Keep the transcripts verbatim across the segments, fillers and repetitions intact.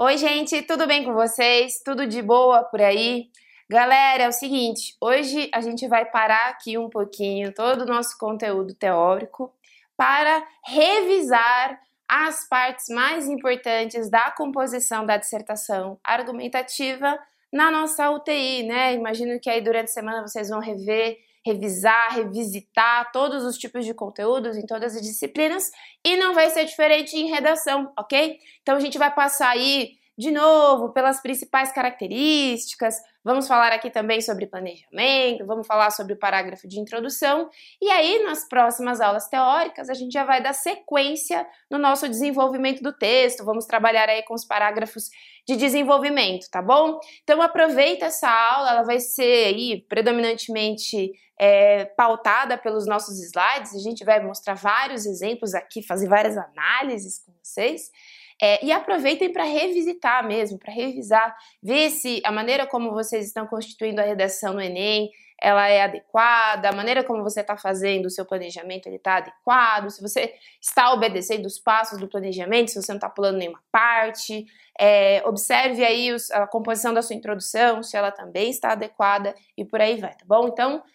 Oi, gente, tudo bem com vocês? Tudo de boa por aí? Galera, é o seguinte, hoje a gente vai parar aqui um pouquinho todo o nosso conteúdo teórico para revisar as partes mais importantes da composição da dissertação argumentativa na nossa U T I, né? Imagino que aí durante a semana vocês vão rever, revisar, revisitar todos os tipos de conteúdos em todas as disciplinas e não vai ser diferente em redação, ok? Então a gente vai passar aí de novo pelas principais características, vamos falar aqui também sobre planejamento, vamos falar sobre o parágrafo de introdução e aí nas próximas aulas teóricas a gente já vai dar sequência no nosso desenvolvimento do texto, vamos trabalhar aí com os parágrafos de desenvolvimento, tá bom? Então aproveita essa aula, ela vai ser aí predominantemente é, pautada pelos nossos slides, a gente vai mostrar vários exemplos aqui, fazer várias análises com vocês. É, e aproveitem para revisitar mesmo, para revisar, ver se a maneira como vocês estão constituindo a redação no Enem, ela é adequada, a maneira como você está fazendo o seu planejamento, ele está adequado, se você está obedecendo os passos do planejamento, se você não está pulando nenhuma parte, é, observe aí os, a composição da sua introdução, se ela também está adequada e por aí vai, tá bom? Então,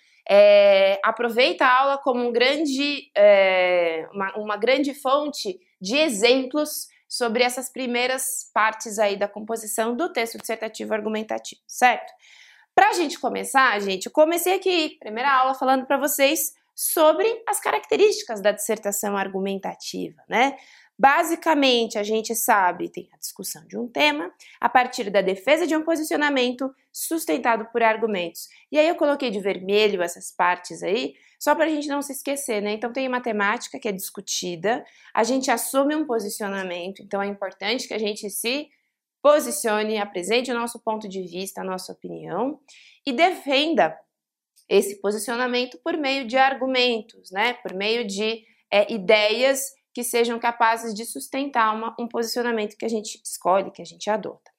é, aproveita a aula como um grande, é, uma, uma grande fonte de exemplos sobre essas primeiras partes aí da composição do texto dissertativo argumentativo, certo? Para a gente começar, gente, eu comecei aqui, primeira aula, falando para vocês sobre as características da dissertação argumentativa, né? Basicamente, a gente sabe, tem a discussão de um tema, a partir da defesa de um posicionamento sustentado por argumentos. E aí eu coloquei de vermelho essas partes aí, só para a gente não se esquecer, né? Então tem matemática que é discutida, a gente assume um posicionamento, então é importante que a gente se posicione, apresente o nosso ponto de vista, a nossa opinião e defenda esse posicionamento por meio de argumentos, né? Por meio de é, ideias que sejam capazes de sustentar uma, um posicionamento que a gente escolhe, que a gente adota.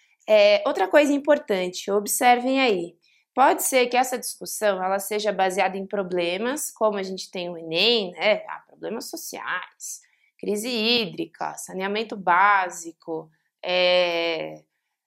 É, outra coisa importante, observem aí, pode ser que essa discussão ela seja baseada em problemas, como a gente tem o Enem, né? Ah, problemas sociais, crise hídrica, saneamento básico, é,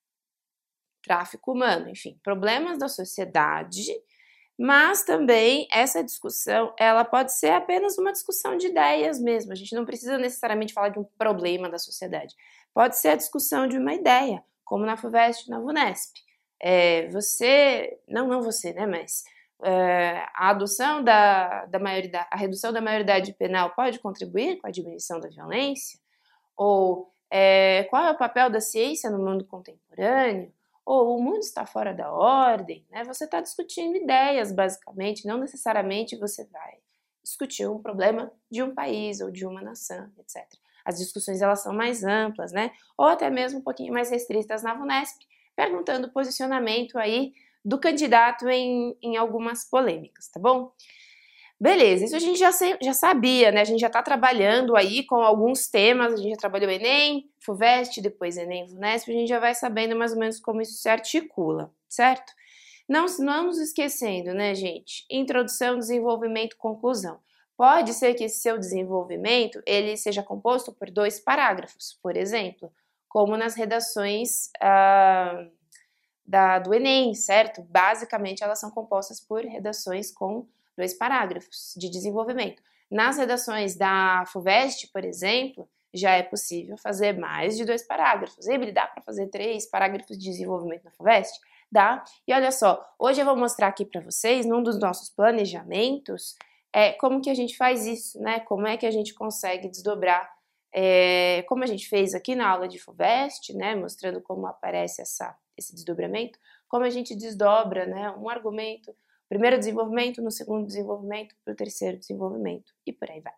tráfico humano, enfim, problemas da sociedade, mas também essa discussão, ela pode ser apenas uma discussão de ideias mesmo, a gente não precisa necessariamente falar de um problema da sociedade, pode ser a discussão de uma ideia, como na FUVEST e na VUNESP. É, você, não, não você, né, mas é, a adoção da, da maioridade, a redução da maioridade penal pode contribuir com a diminuição da violência? Ou é, qual é o papel da ciência no mundo contemporâneo? Ou o mundo está fora da ordem, né? Você está discutindo ideias, basicamente, não necessariamente você vai discutir um problema de um país ou de uma nação, etcétera. As discussões, elas são mais amplas, né? Ou até mesmo um pouquinho mais restritas na VUNESP, perguntando o posicionamento aí do candidato em, em algumas polêmicas, tá bom? Beleza, isso a gente já, já sabia, né? A gente já está trabalhando aí com alguns temas, a gente já trabalhou Enem, FUVEST, depois Enem, VUNESP, a gente já vai sabendo mais ou menos como isso se articula, certo? Não, não nos esquecendo, né, gente? Introdução, desenvolvimento, conclusão. Pode ser que esse seu desenvolvimento, ele seja composto por dois parágrafos, por exemplo, como nas redações ah, da, do Enem, certo? Basicamente, elas são compostas por redações com dois parágrafos de desenvolvimento. Nas redações da FUVEST, por exemplo, já é possível fazer mais de dois parágrafos. E dá para fazer três parágrafos de desenvolvimento na FUVEST? Dá. E olha só, hoje eu vou mostrar aqui para vocês, num dos nossos planejamentos, é, como que a gente faz isso, né? Como é que a gente consegue desdobrar, é, como a gente fez aqui na aula de FUVEST, né? Mostrando como aparece essa, esse desdobramento, como a gente desdobra, né, um argumento, primeiro desenvolvimento, no segundo desenvolvimento, para o terceiro desenvolvimento, e por aí vai.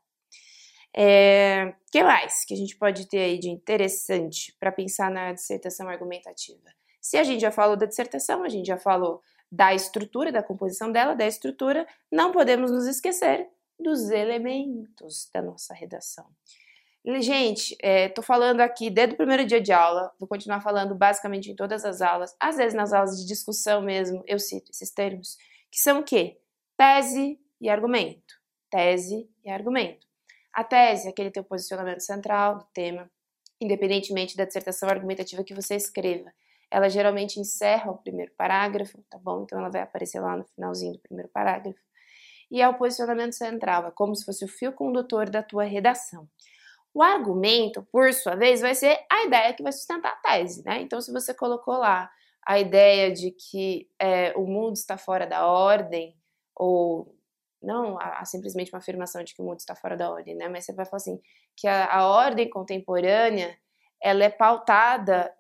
É, que mais que a gente pode ter aí de interessante para pensar na dissertação argumentativa? Se a gente já falou da dissertação, a gente já falou da estrutura, da composição dela, da estrutura, não podemos nos esquecer dos elementos da nossa redação. Gente, estou é, falando aqui desde o primeiro dia de aula, vou continuar falando basicamente em todas as aulas, às vezes nas aulas de discussão mesmo, eu cito esses termos, que são o quê? Tese e argumento. Tese e argumento. A tese é aquele teu posicionamento central do tema, independentemente da dissertação argumentativa que você escreva. Ela geralmente encerra o primeiro parágrafo, tá bom? Então ela vai aparecer lá no finalzinho do primeiro parágrafo. E é o posicionamento central, é como se fosse o fio condutor da tua redação. O argumento, por sua vez, vai ser a ideia que vai sustentar a tese, né? Então, se você colocou lá a ideia de que é, o mundo está fora da ordem, ou não há, há simplesmente uma afirmação de que o mundo está fora da ordem, né? Mas você vai falar assim, que a, a ordem contemporânea, ela é pautada,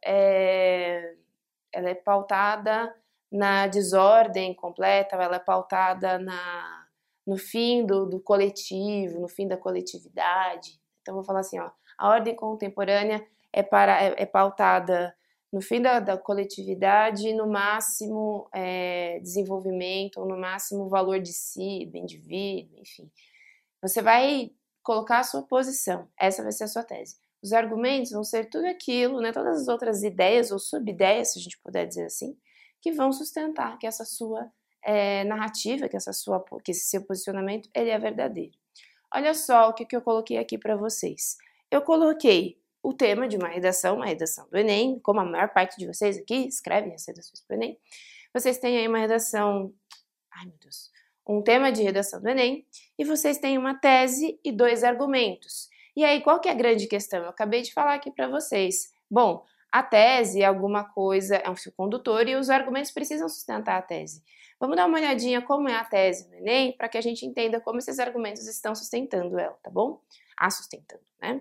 é, ela é pautada na desordem completa, ela é pautada na, no fim do, do coletivo, no fim da coletividade. Então, vou falar assim, ó, a ordem contemporânea é, para, é, é pautada no fim da, da coletividade, no máximo é, desenvolvimento, ou no máximo valor de si, do indivíduo, enfim. Você vai colocar a sua posição, essa vai ser a sua tese. Os argumentos vão ser tudo aquilo, né, todas as outras ideias ou sub-ideias, se a gente puder dizer assim, que vão sustentar que essa sua é, narrativa, que, essa sua, que esse seu posicionamento, ele é verdadeiro. Olha só o que, que eu coloquei aqui para vocês. Eu coloquei o tema de uma redação, uma redação do Enem, como a maior parte de vocês aqui escrevem as redações para o Enem. Vocês têm aí uma redação, ai meu Deus, um tema de redação do Enem, e vocês têm uma tese e dois argumentos. E aí, qual que é a grande questão? Eu acabei de falar aqui para vocês. Bom, a tese é alguma coisa, é um fio condutor, e os argumentos precisam sustentar a tese. Vamos dar uma olhadinha como é a tese no Enem, para que a gente entenda como esses argumentos estão sustentando ela, tá bom? A sustentando, né?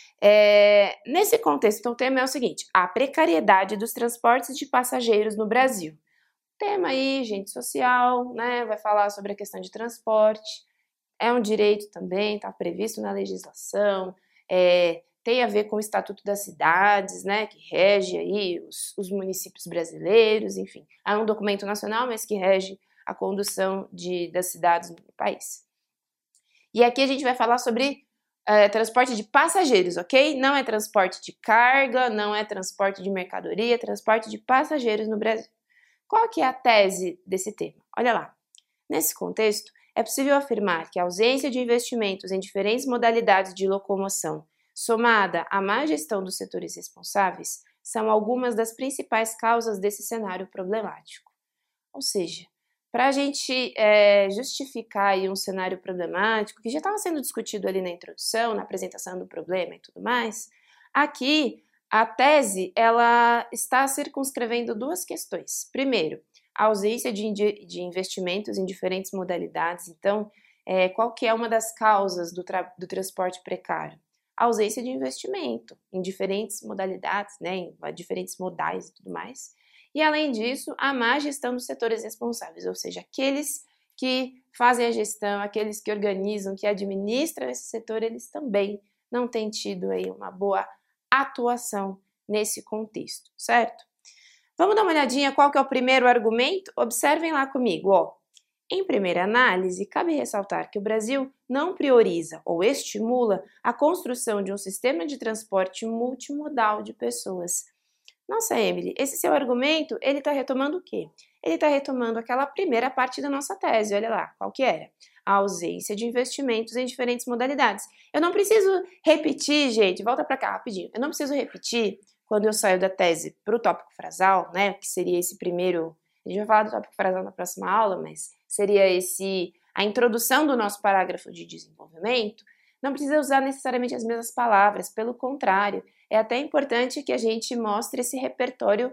É, nesse contexto, então, o tema é o seguinte: a precariedade dos transportes de passageiros no Brasil. Tema aí, gente, social, né? Vai falar sobre a questão de transporte. É um direito também, está previsto na legislação, é, tem a ver com o Estatuto das Cidades, né, que rege aí os, os municípios brasileiros, enfim. É um documento nacional, mas que rege a condução de, das cidades no país. E aqui a gente vai falar sobre é, transporte de passageiros, ok? Não é transporte de carga, não é transporte de mercadoria, é transporte de passageiros no Brasil. Qual que é a tese desse tema? Olha lá. Nesse contexto, é possível afirmar que a ausência de investimentos em diferentes modalidades de locomoção, somada à má gestão dos setores responsáveis, são algumas das principais causas desse cenário problemático. Ou seja, para a gente é, justificar aí um cenário problemático, que já estava sendo discutido ali na introdução, na apresentação do problema e tudo mais, aqui a tese ela está circunscrevendo duas questões. Primeiro, a ausência de, de investimentos em diferentes modalidades. Então, é, qual que é uma das causas do, tra do transporte precário? A ausência de investimento em diferentes modalidades, né, em diferentes modais e tudo mais. E, além disso, a má gestão dos setores responsáveis, ou seja, aqueles que fazem a gestão, aqueles que organizam, que administram esse setor, eles também não têm tido aí uma boa atuação nesse contexto, certo? Vamos dar uma olhadinha qual que é o primeiro argumento? Observem lá comigo, ó. Em primeira análise, cabe ressaltar que o Brasil não prioriza ou estimula a construção de um sistema de transporte multimodal de pessoas. Nossa, Emily, esse seu argumento, ele está retomando o quê? Ele está retomando aquela primeira parte da nossa tese, olha lá, qual que era? A ausência de investimentos em diferentes modalidades. Eu não preciso repetir, gente, volta para cá rapidinho, eu não preciso repetir quando eu saio da tese para o tópico frasal, né, que seria esse primeiro, a gente vai falar do tópico frasal na próxima aula, mas seria esse, a introdução do nosso parágrafo de desenvolvimento, não precisa usar necessariamente as mesmas palavras, pelo contrário, é até importante que a gente mostre esse repertório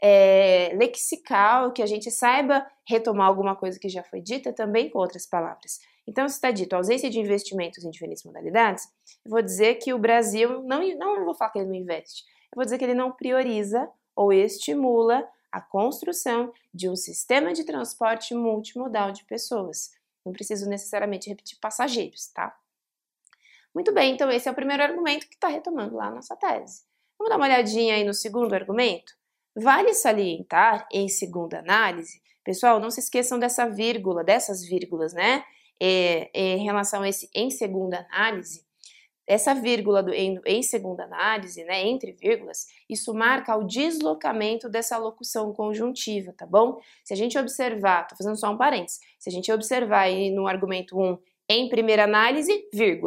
é, lexical, que a gente saiba retomar alguma coisa que já foi dita também com outras palavras. Então, se está dito ausência de investimentos em diferentes modalidades, eu vou dizer que o Brasil, não, não vou falar que ele não investe, eu vou dizer que ele não prioriza ou estimula a construção de um sistema de transporte multimodal de pessoas. Não preciso necessariamente repetir passageiros, tá? Muito bem, então esse é o primeiro argumento que está retomando lá a nossa tese. Vamos dar uma olhadinha aí no segundo argumento? Vale salientar, em segunda análise, pessoal, não se esqueçam dessa vírgula, dessas vírgulas, né? É, em relação a esse em segunda análise, essa vírgula do, em, em segunda análise, né, entre vírgulas, isso marca o deslocamento dessa locução conjuntiva, tá bom? Se a gente observar, tô fazendo só um parênteses, se a gente observar aí no argumento um, em primeira análise, vírgula,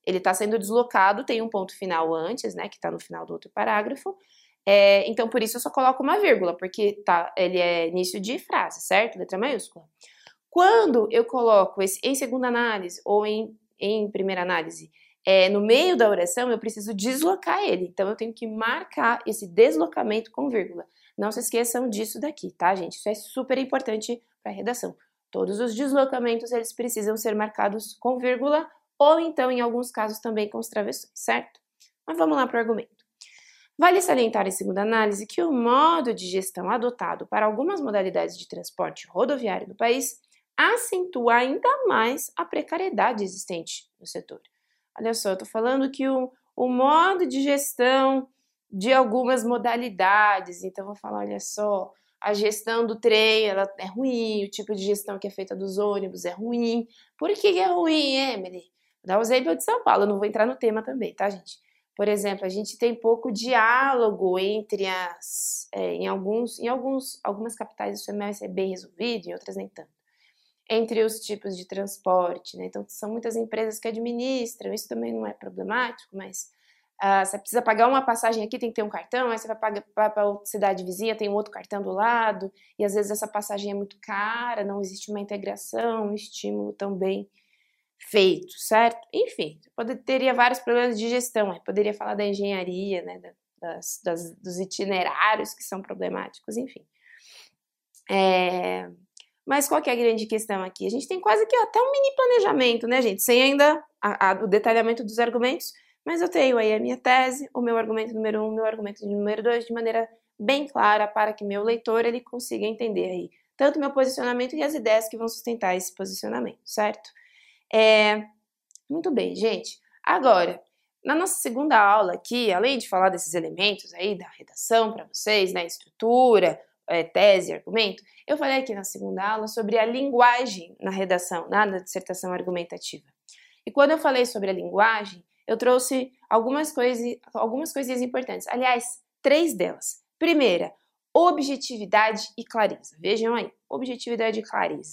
ele está sendo deslocado, tem um ponto final antes, né, que está no final do outro parágrafo, é, então por isso eu só coloco uma vírgula, porque tá, ele é início de frase, certo? Letra maiúscula. Quando eu coloco esse em segunda análise ou em, em primeira análise, é, no meio da oração, eu preciso deslocar ele, então eu tenho que marcar esse deslocamento com vírgula. Não se esqueçam disso daqui, tá, gente? Isso é super importante para a redação. Todos os deslocamentos, eles precisam ser marcados com vírgula, ou então, em alguns casos, também com os travessões, certo? Mas vamos lá para o argumento. Vale salientar em segunda análise que o modo de gestão adotado para algumas modalidades de transporte rodoviário no país acentua ainda mais a precariedade existente no setor. Olha só, eu estou falando que o, o modo de gestão de algumas modalidades, então vou falar, olha só, a gestão do trem ela é ruim, o tipo de gestão que é feita dos ônibus é ruim. Por que é ruim, Emily? Vou dar o exemplo de São Paulo, eu não vou entrar no tema também, tá, gente? Por exemplo, a gente tem pouco diálogo entre as... É, em alguns, em alguns, algumas capitais isso é bem resolvido, em outras nem tanto. Entre os tipos de transporte, né? Então, são muitas empresas que administram, isso também não é problemático, mas uh, você precisa pagar uma passagem aqui, tem que ter um cartão, aí você vai pagar para a cidade vizinha, tem um outro cartão do lado, e às vezes essa passagem é muito cara, não existe uma integração, um estímulo tão bem feito, certo? Enfim, pode, teria vários problemas de gestão, aí poderia falar da engenharia, né? Das, das, dos itinerários que são problemáticos, enfim. É... Mas qual que é a grande questão aqui? A gente tem quase que até um mini planejamento, né, gente? Sem ainda a, a, o detalhamento dos argumentos, mas eu tenho aí a minha tese, o meu argumento número um, o meu argumento número dois, de maneira bem clara para que meu leitor ele consiga entender aí tanto o meu posicionamento e as ideias que vão sustentar esse posicionamento, certo? É... Muito bem, gente. Agora, na nossa segunda aula aqui, além de falar desses elementos aí da redação para vocês, né, estrutura, é, tese, argumento, eu falei aqui na segunda aula sobre a linguagem na redação, na dissertação argumentativa. E quando eu falei sobre a linguagem, eu trouxe algumas coisas, algumas coisinhas importantes. Aliás, três delas. Primeira, objetividade e clareza. Vejam aí, objetividade e clareza.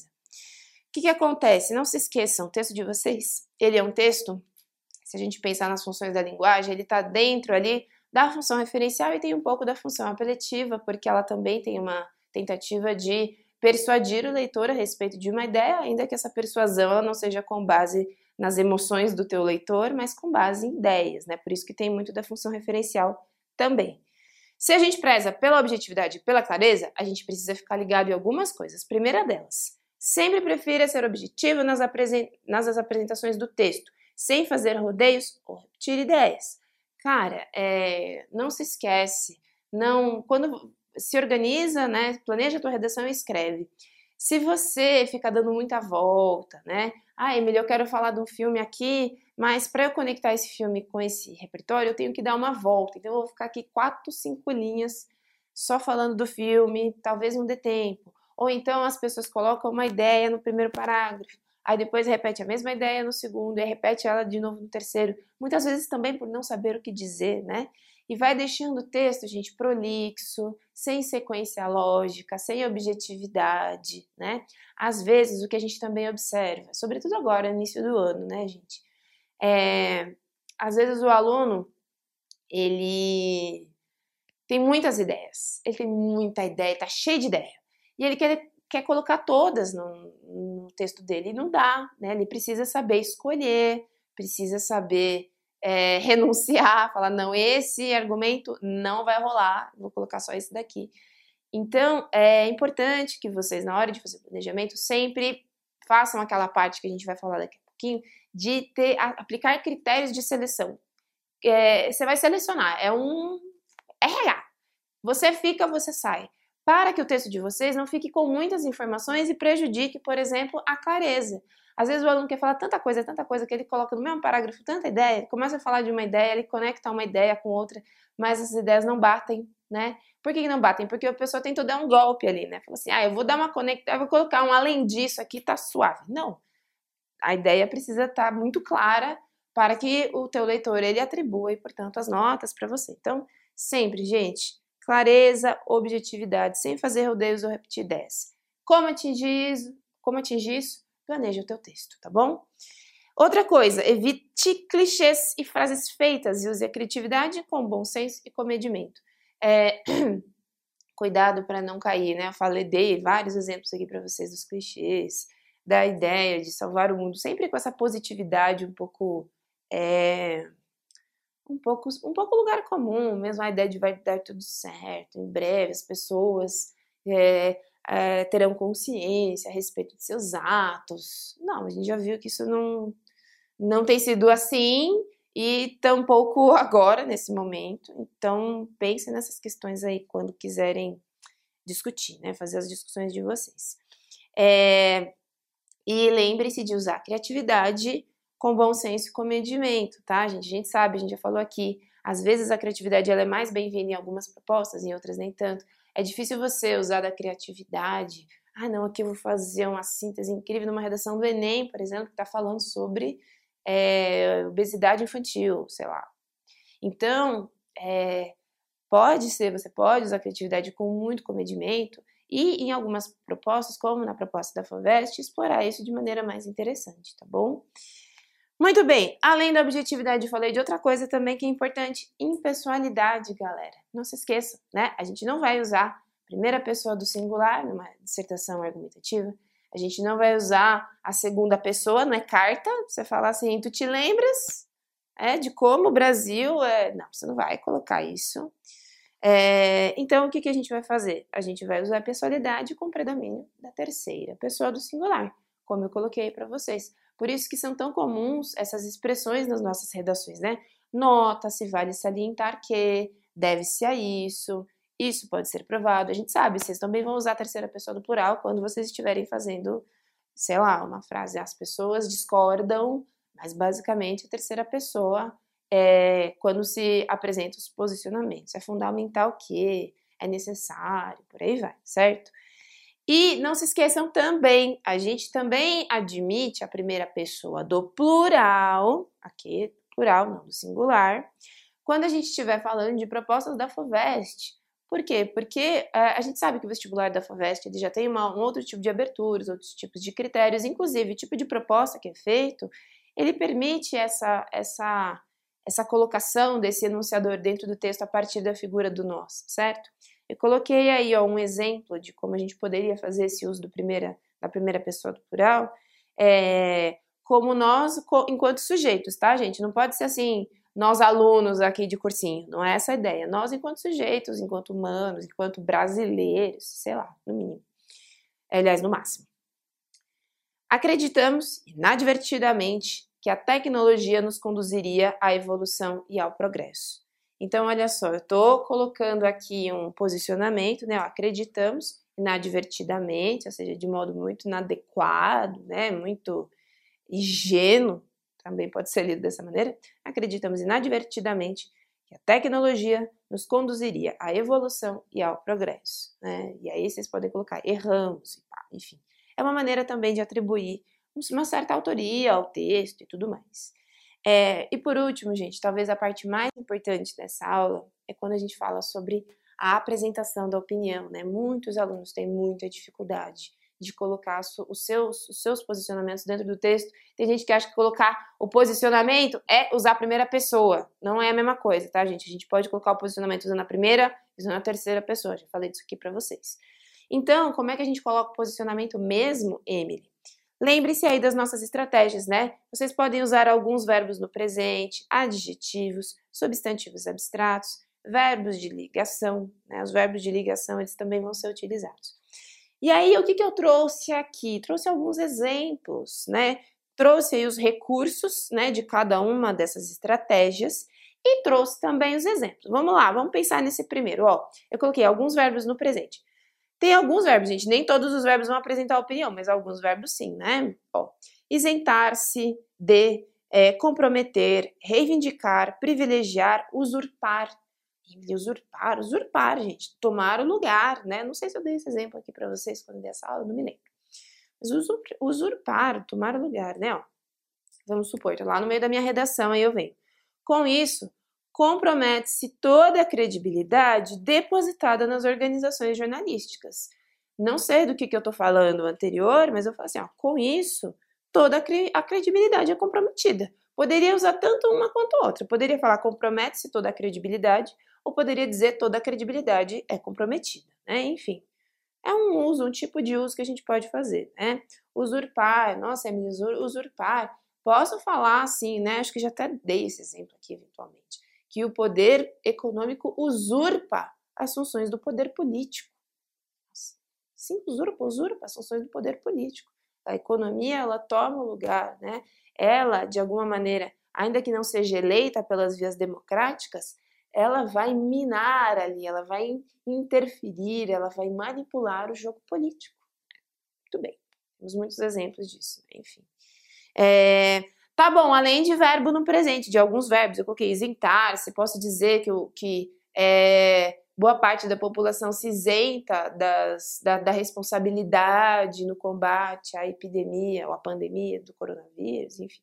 O que que acontece? Não se esqueçam, o texto de vocês, ele é um texto, se a gente pensar nas funções da linguagem, ele está dentro ali da função referencial e tem um pouco da função apelativa, porque ela também tem uma tentativa de persuadir o leitor a respeito de uma ideia, ainda que essa persuasão ela não seja com base nas emoções do teu leitor, mas com base em ideias, né? Por isso que tem muito da função referencial também. Se a gente preza pela objetividade e pela clareza, a gente precisa ficar ligado em algumas coisas. Primeira delas, sempre prefira ser objetivo nas, apresen nas apresentações do texto, sem fazer rodeios ou repetir ideias. Cara, é, não se esquece, não, quando se organiza, né, planeja a tua redação e escreve. Se você ficar dando muita volta, né, ah, Emília, eu quero falar de um filme aqui, mas para eu conectar esse filme com esse repertório, eu tenho que dar uma volta. Então eu vou ficar aqui quatro, cinco linhas só falando do filme, talvez não dê tempo. Ou então as pessoas colocam uma ideia no primeiro parágrafo, aí depois repete a mesma ideia no segundo, e repete ela de novo no terceiro. Muitas vezes também por não saber o que dizer, né? E vai deixando o texto, gente, prolixo, sem sequência lógica, sem objetividade, né? Às vezes, o que a gente também observa, sobretudo agora, no início do ano, né, gente? É, às vezes o aluno, ele tem muitas ideias, ele tem muita ideia, tá cheio de ideia, e ele quer, quer colocar todas no, no texto dele, e não dá, né? Ele precisa saber escolher, precisa saber é, renunciar, falar, não, esse argumento não vai rolar, vou colocar só esse daqui. Então, é importante que vocês, na hora de fazer o planejamento, sempre façam aquela parte que a gente vai falar daqui a pouquinho, de ter, aplicar critérios de seleção. É, você vai selecionar, é um R H. Você fica, você sai. Para que o texto de vocês não fique com muitas informações e prejudique, por exemplo, a clareza. Às vezes o aluno quer falar tanta coisa, tanta coisa, que ele coloca no mesmo parágrafo tanta ideia, ele começa a falar de uma ideia, ele conecta uma ideia com outra, mas as ideias não batem, né? Por que não batem? Porque a pessoa tentou dar um golpe ali, né? Fala assim, ah, eu vou dar uma conecta, eu vou colocar um além disso aqui, tá suave. Não. A ideia precisa estar muito clara para que o teu leitor, ele atribua, e, portanto, as notas para você. Então, sempre, gente, clareza, objetividade, sem fazer rodeios ou repetir ideias. Como atingir isso? Como atingir isso? Planeja o teu texto, tá bom? Outra coisa, evite clichês e frases feitas e use a criatividade com bom senso e comedimento. É, cuidado para não cair, né? Eu falei, dei vários exemplos aqui para vocês dos clichês, da ideia de salvar o mundo, sempre com essa positividade um pouco, é, um pouco, um pouco lugar comum, mesmo a ideia de vai dar tudo certo, em breve as pessoas é, é, terão consciência a respeito de seus atos. Não, a gente já viu que isso não, não tem sido assim e tampouco agora, nesse momento. Então, pensem nessas questões aí quando quiserem discutir, né? Fazer as discussões de vocês. É, e lembre-se de usar a criatividade com bom senso e comedimento, tá, gente? A gente sabe, a gente já falou aqui, às vezes a criatividade ela é mais bem-vinda em algumas propostas, em outras nem tanto. É difícil você usar da criatividade. Ah, não, aqui eu vou fazer uma síntese incrível numa redação do Enem, por exemplo, que está falando sobre é, obesidade infantil, sei lá. Então, é, pode ser, você pode usar a criatividade com muito comedimento e em algumas propostas, como na proposta da FUVEST, explorar isso de maneira mais interessante, tá bom? Muito bem, além da objetividade, eu falei de outra coisa também que é importante, impessoalidade, galera. Não se esqueçam, né? A gente não vai usar a primeira pessoa do singular numa dissertação argumentativa, a gente não vai usar a segunda pessoa, não é carta, você falar assim, tu te lembras é, de como o Brasil é... Não, você não vai colocar isso. É, então, o que, que a gente vai fazer? A gente vai usar a pessoalidade com predomínio da terceira pessoa do singular, como eu coloquei para vocês. Por isso que são tão comuns essas expressões nas nossas redações, né? Nota-se, vale salientar que, deve-se a isso, isso pode ser provado. A gente sabe, vocês também vão usar a terceira pessoa do plural quando vocês estiverem fazendo, sei lá, uma frase, as pessoas discordam, mas basicamente a terceira pessoa é quando se apresentam os posicionamentos. É fundamental que, é necessário, por aí vai, certo? E não se esqueçam também, a gente também admite a primeira pessoa do plural, aqui, plural, não do singular, quando a gente estiver falando de propostas da FUVEST. Por quê? Porque é, a gente sabe que o vestibular da FUVEST ele já tem uma, um outro tipo de aberturas, outros tipos de critérios, inclusive o tipo de proposta que é feito, ele permite essa, essa, essa colocação desse enunciador dentro do texto a partir da figura do nós, certo? Eu coloquei aí ó, um exemplo de como a gente poderia fazer esse uso do primeira, da primeira pessoa do plural, é, como nós, enquanto sujeitos, tá, gente? Não pode ser assim, nós alunos aqui de cursinho, não é essa a ideia. Nós enquanto sujeitos, enquanto humanos, enquanto brasileiros, sei lá, no mínimo. Aliás, no máximo. Acreditamos, inadvertidamente, que a tecnologia nos conduziria à evolução e ao progresso. Então, olha só, eu estou colocando aqui um posicionamento, né? Ó, acreditamos inadvertidamente, ou seja, de modo muito inadequado, né? Muito ingênuo, também pode ser lido dessa maneira. Acreditamos inadvertidamente que a tecnologia nos conduziria à evolução e ao progresso, né? E aí vocês podem colocar erramos, enfim. É uma maneira também de atribuir uma certa autoria ao texto e tudo mais. É, e por último, gente, talvez a parte mais importante dessa aula é quando a gente fala sobre a apresentação da opinião, né? Muitos alunos têm muita dificuldade de colocar os seus, os seus posicionamentos dentro do texto. Tem gente que acha que colocar o posicionamento é usar a primeira pessoa. Não é a mesma coisa, tá, gente? A gente pode colocar o posicionamento usando a primeira e usando a terceira pessoa. Já falei disso aqui pra vocês. Então, como é que a gente coloca o posicionamento mesmo, Emily? Lembre-se aí das nossas estratégias, né? Vocês podem usar alguns verbos no presente, adjetivos, substantivos abstratos, verbos de ligação, né? Os verbos de ligação, eles também vão ser utilizados. E aí, o que, que eu trouxe aqui? Trouxe alguns exemplos, né? Trouxe aí os recursos, né, de cada uma dessas estratégias e trouxe também os exemplos. Vamos lá, vamos pensar nesse primeiro, ó. Eu coloquei alguns verbos no presente. Tem alguns verbos, gente, nem todos os verbos vão apresentar opinião, mas alguns verbos sim, né? Ó, isentar-se de, é, comprometer, reivindicar, privilegiar, usurpar. Usurpar, usurpar, gente, tomar o lugar, né? Não sei se eu dei esse exemplo aqui para vocês quando dei essa aula, não me lembro. Mas usurpar, tomar o lugar, né? Ó, vamos supor, tô lá no meio da minha redação, aí eu venho. Com isso, compromete-se toda a credibilidade depositada nas organizações jornalísticas. Não sei do que, que eu tô falando anterior, mas eu falo assim, ó, com isso, toda a, cre a credibilidade é comprometida. Poderia usar tanto uma quanto outra. Poderia falar compromete-se toda a credibilidade, ou poderia dizer toda a credibilidade é comprometida, né? Enfim, é um uso, um tipo de uso que a gente pode fazer, né? Usurpar, nossa, Emily, usurpar. Posso falar assim, né? Acho que já até dei esse exemplo aqui eventualmente, que o poder econômico usurpa as funções do poder político. Sim, usurpa, usurpa as funções do poder político. A economia, ela toma o lugar, né? Ela, de alguma maneira, ainda que não seja eleita pelas vias democráticas, ela vai minar ali, ela vai interferir, ela vai manipular o jogo político. Muito bem, temos muitos exemplos disso, enfim. É, tá bom, além de verbo no presente, de alguns verbos, eu coloquei isentar-se, posso dizer que, que é, boa parte da população se isenta das, da, da responsabilidade no combate à epidemia ou à pandemia do coronavírus, enfim.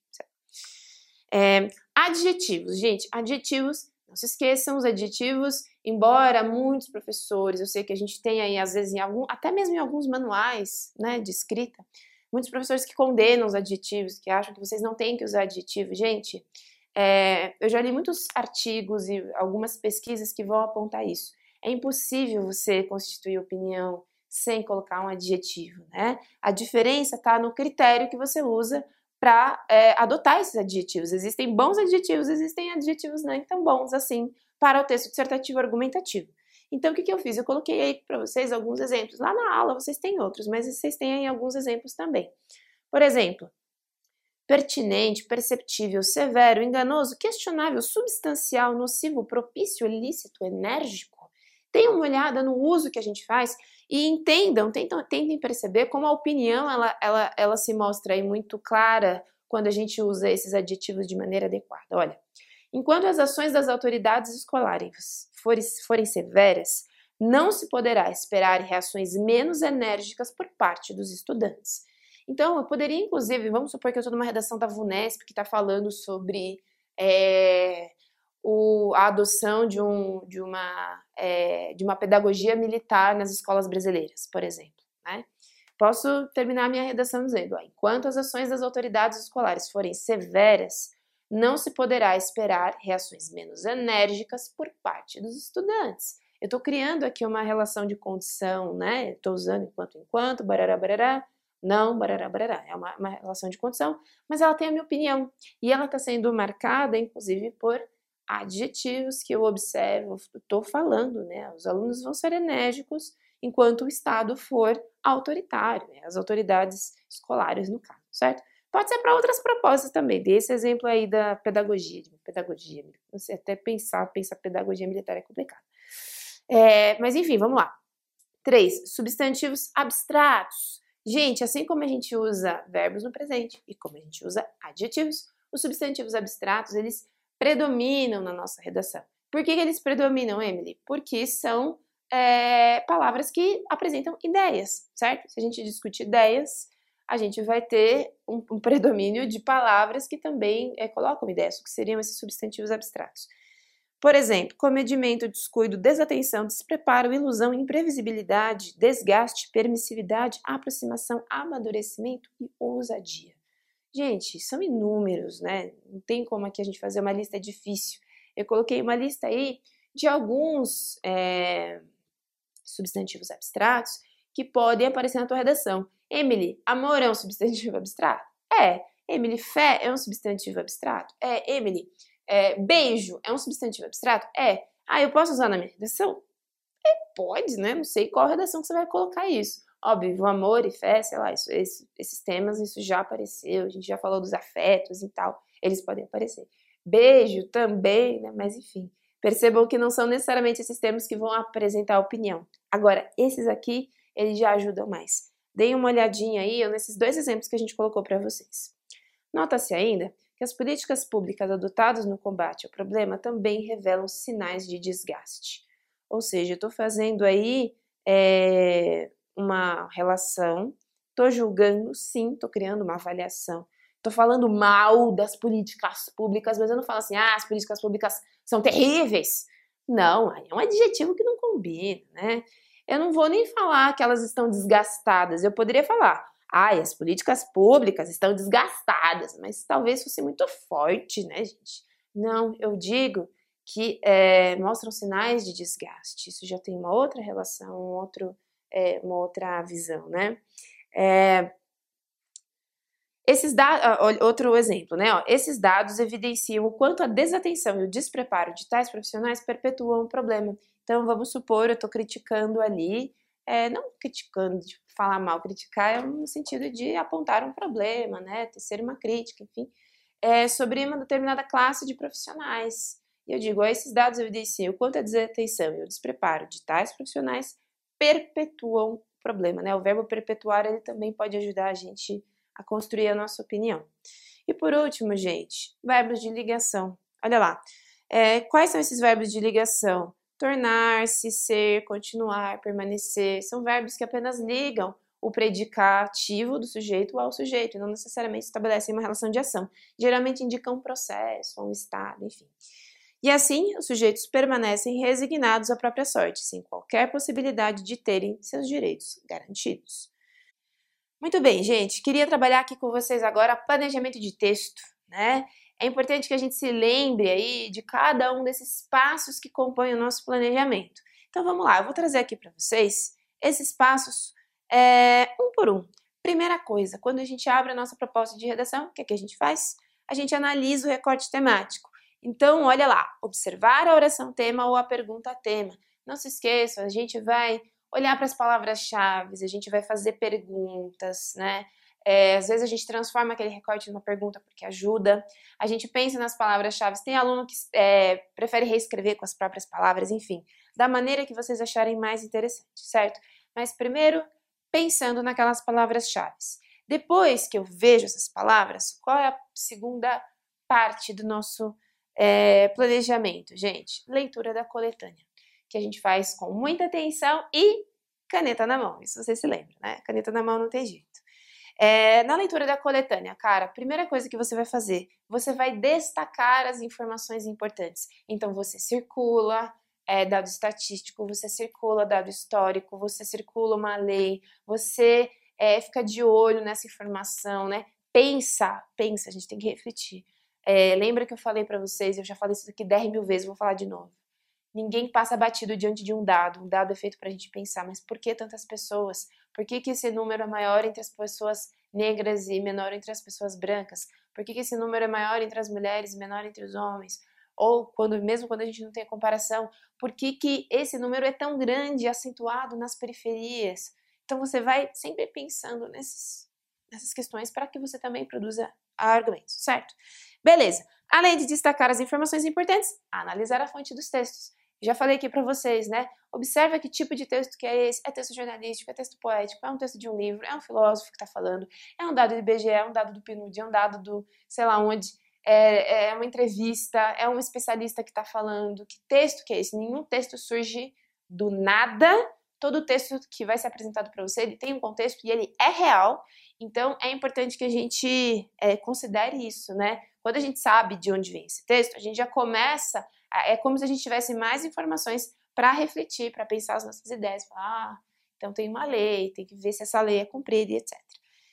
É, adjetivos, gente, adjetivos, não se esqueçam, os adjetivos, embora muitos professores, eu sei que a gente tem aí, às vezes, em algum, até mesmo em alguns manuais, né, de escrita, muitos professores que condenam os adjetivos, que acham que vocês não têm que usar adjetivo. Gente, é, eu já li muitos artigos e algumas pesquisas que vão apontar isso. É impossível você constituir opinião sem colocar um adjetivo, né? A diferença está no critério que você usa para é, adotar esses adjetivos. Existem bons adjetivos, existem adjetivos não tão bons assim para o texto dissertativo argumentativo. Então, o que, que eu fiz? Eu coloquei aí para vocês alguns exemplos. Lá na aula vocês têm outros, mas vocês têm aí alguns exemplos também. Por exemplo, pertinente, perceptível, severo, enganoso, questionável, substancial, nocivo, propício, ilícito, enérgico. Deem uma olhada no uso que a gente faz e entendam, tentem, tentem perceber como a opinião ela, ela, ela se mostra aí muito clara quando a gente usa esses adjetivos de maneira adequada. Olha, enquanto as ações das autoridades escolares forem, forem severas, não se poderá esperar reações menos enérgicas por parte dos estudantes. Então, eu poderia, inclusive, vamos supor que eu estou numa redação da VUNESP que está falando sobre é, o, a adoção de, um, de, uma, é, de uma pedagogia militar nas escolas brasileiras, por exemplo, né? Posso terminar minha redação dizendo, ó, enquanto as ações das autoridades escolares forem severas, não se poderá esperar reações menos enérgicas por parte dos estudantes. Eu estou criando aqui uma relação de condição, né? Estou usando enquanto, enquanto, barará, barará, não, barará, barará. É uma, uma relação de condição, mas ela tem a minha opinião. E ela está sendo marcada, inclusive, por adjetivos que eu observo, estou falando, né? Os alunos vão ser enérgicos enquanto o Estado for autoritário, né? As autoridades escolares, no caso, certo? Pode ser para outras propostas também. Dê esse exemplo aí da pedagogia. De pedagogia. Você até pensar, pensar pedagogia militar é complicado. É, mas enfim, vamos lá. Três, substantivos abstratos. Gente, assim como a gente usa verbos no presente e como a gente usa adjetivos, os substantivos abstratos, eles predominam na nossa redação. Por que que eles predominam, Emily? Porque são é, palavras que apresentam ideias, certo? Se a gente discute ideias, a gente vai ter um, um predomínio de palavras que também é, colocam ideias, o que seriam esses substantivos abstratos. Por exemplo, comedimento, descuido, desatenção, despreparo, ilusão, imprevisibilidade, desgaste, permissividade, aproximação, amadurecimento e ousadia. Gente, são inúmeros, né? Não tem como aqui a gente fazer uma lista, é difícil. Eu coloquei uma lista aí de alguns é, substantivos abstratos que podem aparecer na tua redação. Emily, amor é um substantivo abstrato? É. Emily, fé é um substantivo abstrato? É. Emily, é, beijo é um substantivo abstrato? É. Ah, eu posso usar na minha redação? É, pode, né? Não sei qual redação que você vai colocar isso. Óbvio, amor e fé, sei lá, isso, esse, esses temas, isso já apareceu, a gente já falou dos afetos e tal, eles podem aparecer. Beijo também, né? Mas enfim, percebam que não são necessariamente esses termos que vão apresentar opinião. Agora, esses aqui, eles já ajudam mais. Deem uma olhadinha aí nesses dois exemplos que a gente colocou para vocês. Nota-se ainda que as políticas públicas adotadas no combate ao problema também revelam sinais de desgaste. Ou seja, eu estou fazendo aí é, uma relação, estou julgando, sim, estou criando uma avaliação. Estou falando mal das políticas públicas, mas eu não falo assim, ah, as políticas públicas são terríveis. Não, é um adjetivo que não combina, né? Eu não vou nem falar que elas estão desgastadas, eu poderia falar, Ai, as políticas públicas estão desgastadas, mas talvez fosse muito forte, né, gente? Não, eu digo que é, mostram sinais de desgaste. Isso já tem uma outra relação, um outro, é, uma outra visão, né? É, esses dados, outro exemplo, né? Ó, esses dados evidenciam o quanto a desatenção e o despreparo de tais profissionais perpetuam o problema. Então, vamos supor, eu estou criticando ali, é, não criticando de falar mal, criticar é no sentido de apontar um problema, né? Tecer uma crítica, enfim, é, sobre uma determinada classe de profissionais. E eu digo, ó, esses dados evidenciam o quanto a desatenção e o despreparo de tais profissionais perpetuam o problema, né? O verbo perpetuar, ele também pode ajudar a gente a construir a nossa opinião. E por último, gente, verbos de ligação. Olha lá, é, quais são esses verbos de ligação? Tornar-se, ser, continuar, permanecer, são verbos que apenas ligam o predicativo do sujeito ao sujeito, e não necessariamente estabelecem uma relação de ação. Geralmente indicam um processo, um estado, enfim. E assim, os sujeitos permanecem resignados à própria sorte, sem qualquer possibilidade de terem seus direitos garantidos. Muito bem, gente, queria trabalhar aqui com vocês agora planejamento de texto, né? É importante que a gente se lembre aí de cada um desses passos que compõem o nosso planejamento. Então vamos lá, eu vou trazer aqui para vocês esses passos é, um por um. Primeira coisa, quando a gente abre a nossa proposta de redação, o que é que a gente faz? A gente analisa o recorte temático. Então, olha lá, observar a oração tema ou a pergunta tema. Não se esqueça, a gente vai olhar para as palavras-chave, a gente vai fazer perguntas, né? É, às vezes a gente transforma aquele recorte numa pergunta porque ajuda. A gente pensa nas palavras-chave. Tem aluno que é, prefere reescrever com as próprias palavras, enfim, da maneira que vocês acharem mais interessante, certo? Mas primeiro, pensando naquelas palavras-chave. Depois que eu vejo essas palavras, qual é a segunda parte do nosso é, planejamento, gente? Leitura da coletânea, que a gente faz com muita atenção e caneta na mão, isso você se lembra, né? Caneta na mão não tem jeito. É, na leitura da coletânea, cara, a primeira coisa que você vai fazer, você vai destacar as informações importantes. Então você circula é, dado estatístico, você circula dado histórico, você circula uma lei, você é, fica de olho nessa informação, né? Pensa, pensa, a gente tem que refletir. É, lembra que eu falei para vocês, eu já falei isso aqui dez mil vezes, vou falar de novo. Ninguém passa batido diante de um dado. Um dado é feito para a gente pensar, mas por que tantas pessoas? Por que, que esse número é maior entre as pessoas negras e menor entre as pessoas brancas? Por que, que esse número é maior entre as mulheres e menor entre os homens? Ou, quando, mesmo quando a gente não tem a comparação, por que, que esse número é tão grande e acentuado nas periferias? Então você vai sempre pensando nesses, nessas questões para que você também produza argumentos, certo? Beleza. Além de destacar as informações importantes, analisar a fonte dos textos. Já falei aqui para vocês, né? Observa que tipo de texto que é esse. É texto jornalístico, é texto poético, é um texto de um livro, é um filósofo que está falando, é um dado do I B G E, é um dado do P N U D, é um dado do sei lá onde, é, é uma entrevista, é um especialista que está falando. Que texto que é esse? Nenhum texto surge do nada. Todo texto que vai ser apresentado para você, ele tem um contexto e ele é real. Então, é importante que a gente é, considere isso, né? Quando a gente sabe de onde vem esse texto, a gente já começa, a, é como se a gente tivesse mais informações para refletir, para pensar as nossas ideias. Falar, ah, então tem uma lei, tem que ver se essa lei é cumprida e etcétera.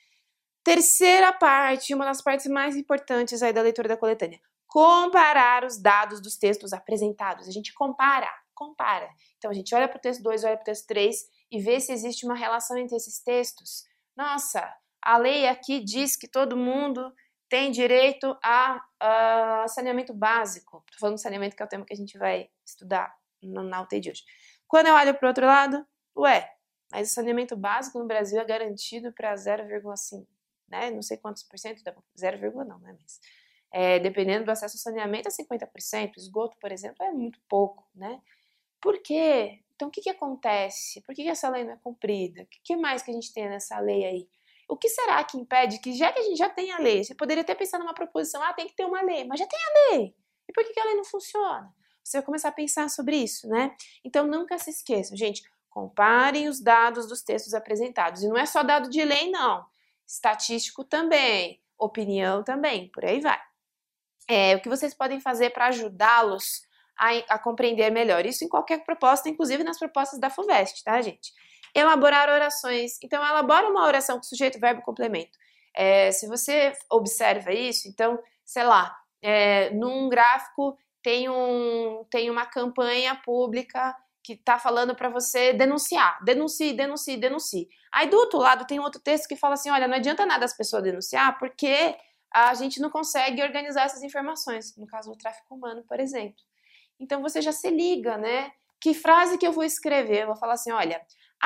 Terceira parte, uma das partes mais importantes aí da leitura da coletânea. Comparar os dados dos textos apresentados. A gente compara, compara. Então, a gente olha para o texto dois, olha para o texto três e vê se existe uma relação entre esses textos. Nossa, a lei aqui diz que todo mundo tem direito a, a saneamento básico. Estou falando de saneamento, que é o tema que a gente vai estudar na U T I de hoje. Quando eu olho para o outro lado, ué, mas o saneamento básico no Brasil é garantido para zero vírgula cinco, né? Não sei quantos por cento, zero vírgula não, né? Mas, é, dependendo do acesso ao saneamento, é cinquenta por cento. Esgoto, por exemplo, é muito pouco, né? Por quê? Então, o que, que acontece? Por que, que essa lei não é cumprida? O que, que mais que a gente tem nessa lei aí? O que será que impede que, já que a gente já tem a lei, você poderia até pensar numa proposição, ah, tem que ter uma lei, mas já tem a lei. E por que, que a lei não funciona? Você vai começar a pensar sobre isso, né? Então, nunca se esqueçam, gente, comparem os dados dos textos apresentados. E não é só dado de lei, não. Estatístico também, opinião também, por aí vai. É, o que vocês podem fazer para ajudá-los a, a compreender melhor isso em qualquer proposta, inclusive nas propostas da FUVEST, tá, gente? Elaborar orações. Então, elabora uma oração com sujeito, verbo, complemento. É, se você observa isso, então, sei lá, é, num gráfico tem, um, tem uma campanha pública que está falando para você denunciar, denuncie, denuncie, denuncie. Aí do outro lado tem outro texto que fala assim, olha, não adianta nada as pessoas denunciar porque a gente não consegue organizar essas informações, no caso do tráfico humano, por exemplo. Então você já se liga, né? Que frase que eu vou escrever? Eu vou falar assim, olha,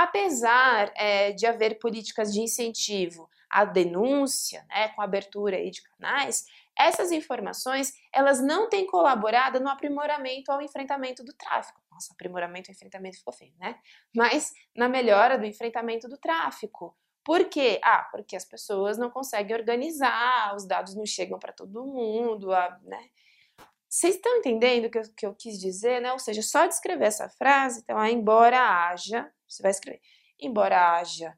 apesar é, de haver políticas de incentivo à denúncia, né, com abertura aí de canais, essas informações, elas não têm colaborado no aprimoramento ao enfrentamento do tráfico. Nossa, aprimoramento ao enfrentamento ficou feio, né? Mas na melhora do enfrentamento do tráfico. Por quê? Ah, porque as pessoas não conseguem organizar, os dados não chegam para todo mundo, a, né? Vocês estão entendendo o que eu, que eu quis dizer, né? Ou seja, só de escrever essa frase, então, ah, embora haja, você vai escrever, embora haja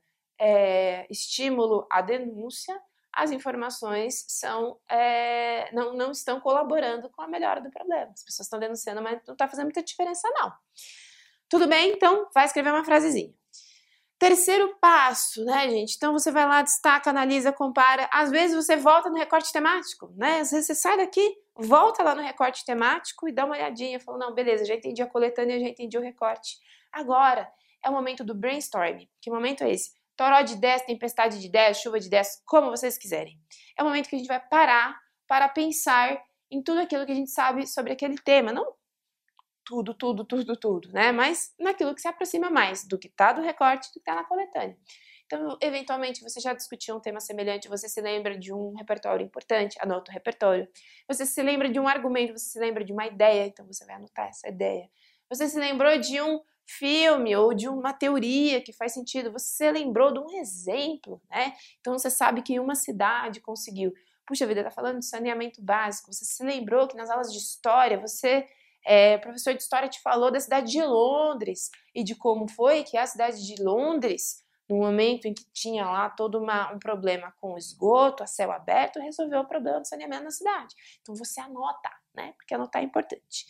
é, estímulo à denúncia, as informações são, é, não, não estão colaborando com a melhora do problema. As pessoas estão denunciando, mas não está fazendo muita diferença, não. Tudo bem? Então, vai escrever uma frasezinha. Terceiro passo, né, gente? Então, você vai lá, destaca, analisa, compara. Às vezes, você volta no recorte temático, né? Às vezes, você sai daqui, volta lá no recorte temático e dá uma olhadinha. Fala, não, beleza, já entendi a coletânea, já entendi o recorte. Agora, é o momento do brainstorming. Que momento é esse? Toró de ideias, tempestade de ideias, chuva de ideias, como vocês quiserem. É o momento que a gente vai parar para pensar em tudo aquilo que a gente sabe sobre aquele tema. Não tudo, tudo, tudo, tudo, né? Mas naquilo que se aproxima mais do que está do recorte, do que está na coletânea. Então, eventualmente, você já discutiu um tema semelhante, você se lembra de um repertório importante, anota o repertório. Você se lembra de um argumento, você se lembra de uma ideia, então você vai anotar essa ideia. Você se lembrou de um filme ou de uma teoria que faz sentido, você se lembrou de um exemplo, né? Então, você sabe que uma cidade conseguiu. Puxa vida, tá falando de saneamento básico. Você se lembrou que nas aulas de história, você... É, o professor de história te falou da cidade de Londres e de como foi que a cidade de Londres, no momento em que tinha lá todo uma, um problema com o esgoto a céu aberto, resolveu o problema do saneamento na cidade. Então você anota, né? Porque anotar é importante.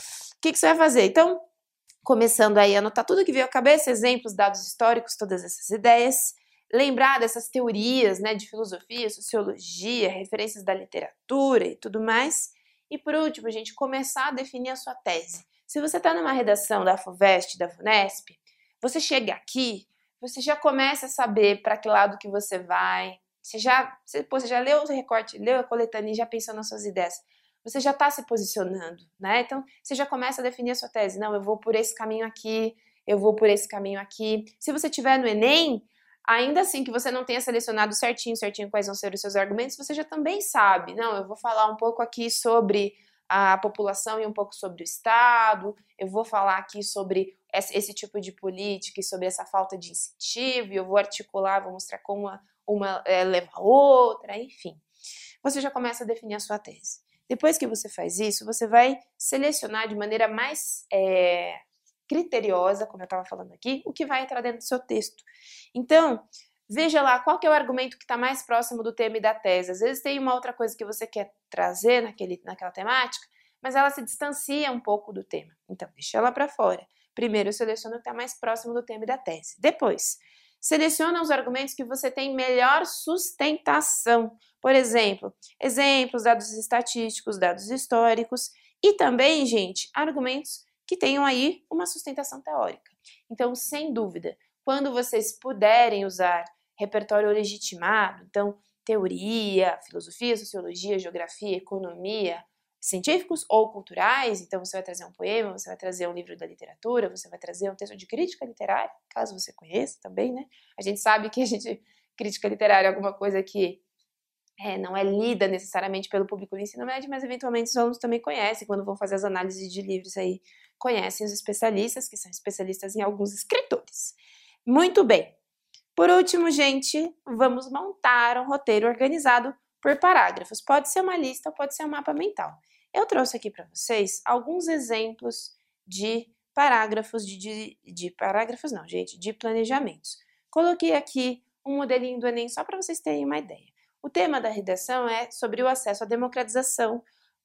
O que, que você vai fazer? Então, começando aí a anotar tudo que veio à cabeça, exemplos, dados históricos, todas essas ideias, lembrar dessas teorias, né, de filosofia, sociologia, referências da literatura e tudo mais. E por último, gente, começar a definir a sua tese. Se você está numa redação da FUVEST, da FUNESP, você chega aqui, você já começa a saber para que lado que você vai. Você já, você, pô, você já leu o recorte, leu a coletânea e já pensou nas suas ideias. Você já está se posicionando, né? Então, você já começa a definir a sua tese. Não, eu vou por esse caminho aqui, eu vou por esse caminho aqui. Se você tiver no Enem, ainda assim que você não tenha selecionado certinho, certinho quais vão ser os seus argumentos, você já também sabe. Não, eu vou falar um pouco aqui sobre a população e um pouco sobre o Estado, eu vou falar aqui sobre esse, esse tipo de política e sobre essa falta de incentivo, e eu vou articular, vou mostrar como uma, uma é, leva a outra, enfim. Você já começa a definir a sua tese. Depois que você faz isso, você vai selecionar de maneira mais... É, criteriosa, como eu estava falando aqui, o que vai entrar dentro do seu texto. Então, veja lá qual que é o argumento que está mais próximo do tema e da tese. Às vezes tem uma outra coisa que você quer trazer naquele, naquela temática, mas ela se distancia um pouco do tema. Então, deixa ela para fora. Primeiro, seleciona o que está mais próximo do tema e da tese. Depois, seleciona os argumentos que você tem melhor sustentação. Por exemplo, exemplos, dados estatísticos, dados históricos e também, gente, argumentos que tenham aí uma sustentação teórica. Então, sem dúvida, quando vocês puderem usar repertório legitimado, então, teoria, filosofia, sociologia, geografia, economia, científicos ou culturais, então você vai trazer um poema, você vai trazer um livro da literatura, você vai trazer um texto de crítica literária, caso você conheça também, né? A gente sabe que a gente, crítica literária é alguma coisa que É, não é lida necessariamente pelo público do ensino médio, mas eventualmente os alunos também conhecem, quando vão fazer as análises de livros aí, conhecem os especialistas, que são especialistas em alguns escritores. Muito bem. Por último, gente, vamos montar um roteiro organizado por parágrafos. Pode ser uma lista, pode ser um mapa mental. Eu trouxe aqui para vocês alguns exemplos de parágrafos, de, de, de parágrafos não, gente, de planejamentos. Coloquei aqui um modelinho do Enem só para vocês terem uma ideia. O tema da redação é sobre o acesso à democratização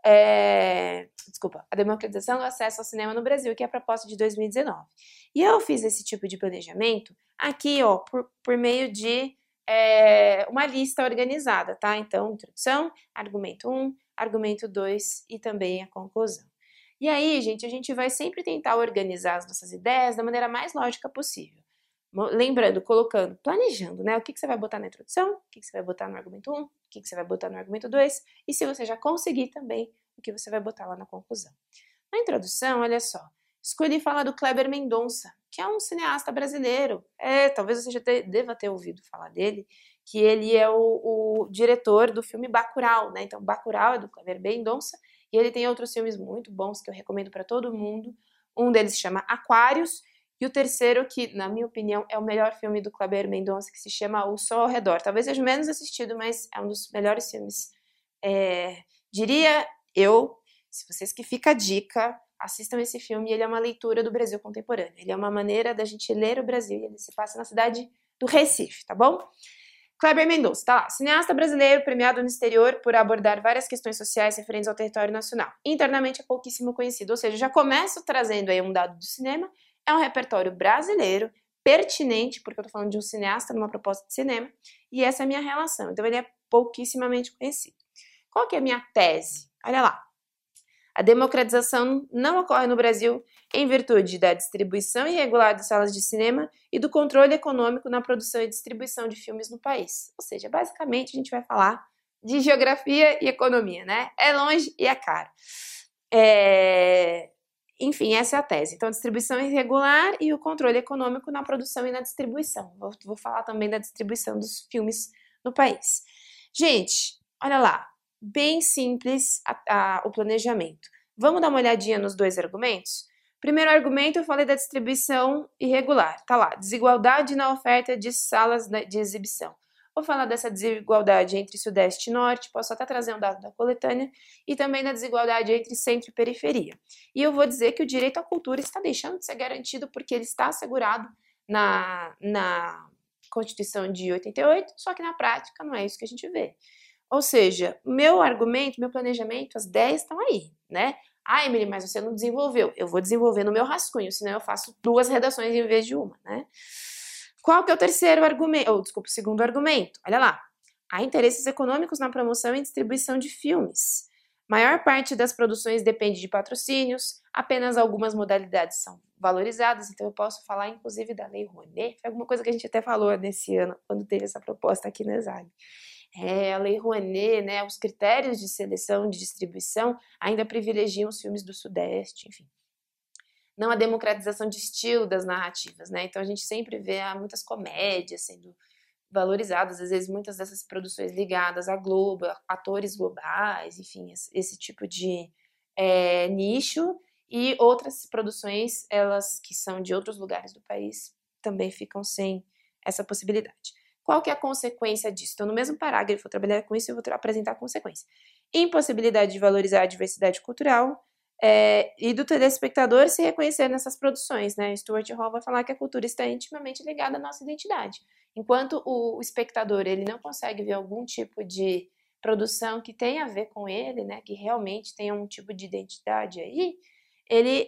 é, desculpa, a democratização do acesso ao cinema no Brasil, que é a proposta de dois mil e dezenove. E eu fiz esse tipo de planejamento aqui, ó, por, por meio de é, uma lista organizada, tá? Então, introdução, argumento um, argumento dois e também a conclusão. E aí, gente, a gente vai sempre tentar organizar as nossas ideias da maneira mais lógica possível. Lembrando, colocando, planejando, né? O que, que você vai botar na introdução, o que, que você vai botar no argumento um, o que, que você vai botar no argumento dois, e se você já conseguir também, o que você vai botar lá na conclusão. Na introdução, olha só, escolhi falar do Kleber Mendonça, que é um cineasta brasileiro. É, talvez você já te, deva ter ouvido falar dele, que ele é o, o diretor do filme Bacurau, né? Então, Bacurau é do Kleber Mendonça, e ele tem outros filmes muito bons que eu recomendo para todo mundo. Um deles se chama Aquários, e o terceiro, que, na minha opinião, é o melhor filme do Kleber Mendonça, que se chama O Sol ao Redor. Talvez seja o menos assistido, mas é um dos melhores filmes. É, diria eu, se vocês que fica a dica, assistam esse filme, ele é uma leitura do Brasil contemporâneo. Ele é uma maneira da gente ler o Brasil, e ele se passa na cidade do Recife, tá bom? Kleber Mendonça, tá lá, cineasta brasileiro premiado no exterior por abordar várias questões sociais referentes ao território nacional. Internamente é pouquíssimo conhecido, ou seja, já começo trazendo aí um dado do cinema. É um repertório brasileiro, pertinente, porque eu tô falando de um cineasta numa proposta de cinema, e essa é a minha relação. Então ele é pouquissimamente conhecido. Qual que é a minha tese? Olha lá. A democratização não ocorre no Brasil em virtude da distribuição irregular de salas de cinema e do controle econômico na produção e distribuição de filmes no país. Ou seja, basicamente a gente vai falar de geografia e economia, né? É longe e é caro. É... Enfim, essa é a tese. Então, a distribuição irregular e o controle econômico na produção e na distribuição. Vou, vou falar também da distribuição dos filmes no país. Gente, olha lá. Bem simples a, a, o planejamento. Vamos dar uma olhadinha nos dois argumentos? Primeiro argumento, eu falei da distribuição irregular. Tá lá, desigualdade na oferta de salas de exibição. Vou falar dessa desigualdade entre Sudeste e Norte, posso até trazer um dado da coletânea, e também da desigualdade entre centro e periferia. E eu vou dizer que o direito à cultura está deixando de ser garantido porque ele está assegurado na, na Constituição de oitenta e oito, só que na prática não é isso que a gente vê. Ou seja, meu argumento, meu planejamento, as ideias estão aí, né? Ah, Emily, mas você não desenvolveu. Eu vou desenvolver no meu rascunho, senão eu faço duas redações em vez de uma, né? Qual que é o terceiro argumento? Ou, desculpa, o segundo argumento. Olha lá. Há interesses econômicos na promoção e distribuição de filmes. Maior parte das produções depende de patrocínios, apenas algumas modalidades são valorizadas, então eu posso falar, inclusive, da Lei Rouanet. Foi alguma coisa que a gente até falou nesse ano, quando teve essa proposta aqui na ESAG. É, a Lei Rouanet, né, os critérios de seleção, de distribuição, ainda privilegiam os filmes do Sudeste, enfim. Não a democratização de estilo das narrativas, né? Então a gente sempre vê ah, muitas comédias sendo valorizadas, às vezes muitas dessas produções ligadas à Globo, atores globais, enfim, esse tipo de é, nicho, e outras produções, elas que são de outros lugares do país, também ficam sem essa possibilidade. Qual que é a consequência disso? Então, no mesmo parágrafo, eu vou trabalhar com isso e vou apresentar a consequência. Impossibilidade de valorizar a diversidade cultural, É, e do telespectador se reconhecer nessas produções, né? Stuart Hall vai falar que a cultura está intimamente ligada à nossa identidade. Enquanto o, o espectador ele não consegue ver algum tipo de produção que tenha a ver com ele, né? Que realmente tenha um tipo de identidade aí, ele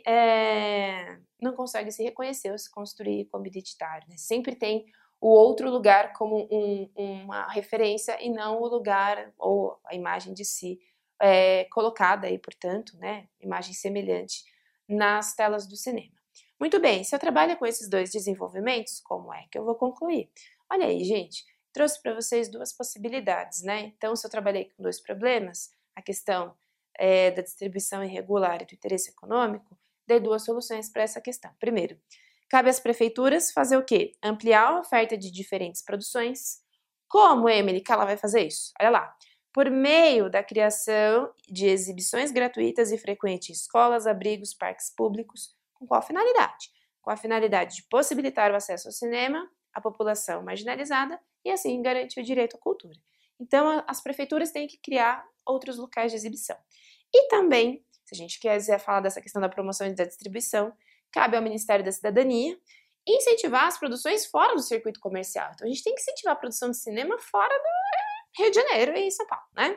é, não consegue se reconhecer ou se construir como identitário, né? Sempre tem o outro lugar como um, uma referência e não o lugar ou a imagem de si É, colocada aí, portanto, né, imagem semelhante nas telas do cinema. Muito bem, se eu trabalho com esses dois desenvolvimentos, como é que eu vou concluir? Olha aí, gente, trouxe para vocês duas possibilidades, né? Então, se eu trabalhei com dois problemas, a questão é, da distribuição irregular e do interesse econômico, dei duas soluções para essa questão. Primeiro, cabe às prefeituras fazer o quê? Ampliar a oferta de diferentes produções. Como, Emily, que ela vai fazer isso? Olha lá. Por meio da criação de exibições gratuitas e frequentes em escolas, abrigos, parques públicos. Com qual finalidade? Com a finalidade de possibilitar o acesso ao cinema à população marginalizada e, assim, garantir o direito à cultura. Então, as prefeituras têm que criar outros locais de exibição. E também, se a gente quiser falar dessa questão da promoção e da distribuição, cabe ao Ministério da Cidadania incentivar as produções fora do circuito comercial. Então, a gente tem que incentivar a produção de cinema fora do Rio de Janeiro e São Paulo, né?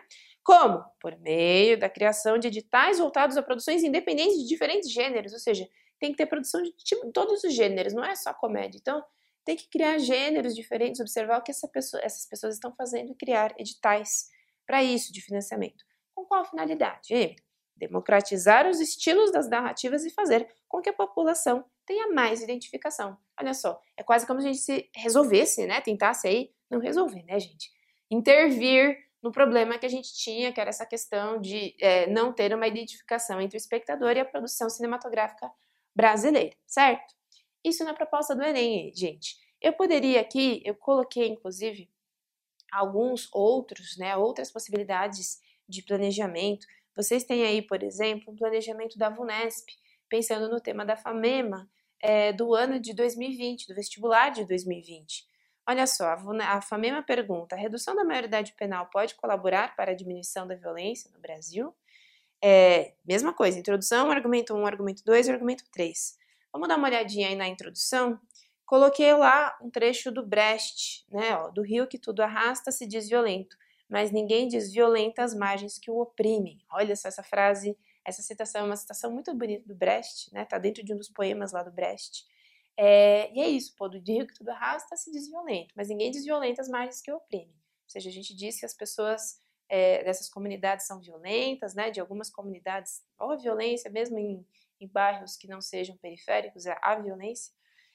Como? Por meio da criação de editais voltados a produções independentes de diferentes gêneros, ou seja, tem que ter produção de tipo, todos os gêneros, não é só comédia. Então, tem que criar gêneros diferentes, observar o que essa pessoa, essas pessoas estão fazendo e criar editais para isso, de financiamento. Com qual finalidade? Emily? Democratizar os estilos das narrativas e fazer com que a população tenha mais identificação. Olha só, é quase como se a gente se resolvesse, né? Tentasse aí, não resolver, né, gente? Intervir no problema que a gente tinha, que era essa questão de é, não ter uma identificação entre o espectador e a produção cinematográfica brasileira, certo? Isso na proposta do Enem, gente. Eu poderia aqui, eu coloquei inclusive alguns outros, né, outras possibilidades de planejamento. Vocês têm aí, por exemplo, um planejamento da VUNESP, pensando no tema da FAMEMA, é, do ano de dois mil e vinte, do vestibular de dois mil e vinte. Olha só, a FAMEMA pergunta: a redução da maioridade penal pode colaborar para a diminuição da violência no Brasil? É, mesma coisa, introdução, argumento um, argumento dois, argumento três. Vamos dar uma olhadinha aí na introdução? Coloquei lá um trecho do Brecht, né, ó, do rio que tudo arrasta se diz violento, mas ninguém diz violenta as margens que o oprimem. Olha só essa frase, essa citação é uma citação muito bonita do Brecht, né, tá dentro de um dos poemas lá do Brecht. É, e é isso, pô, do rio que tudo arrasta se diz violento, mas ninguém diz violenta as margens que o oprimem. Ou seja, a gente diz que as pessoas é, dessas comunidades são violentas, né, de algumas comunidades, ou a violência mesmo em, em bairros que não sejam periféricos, há violência.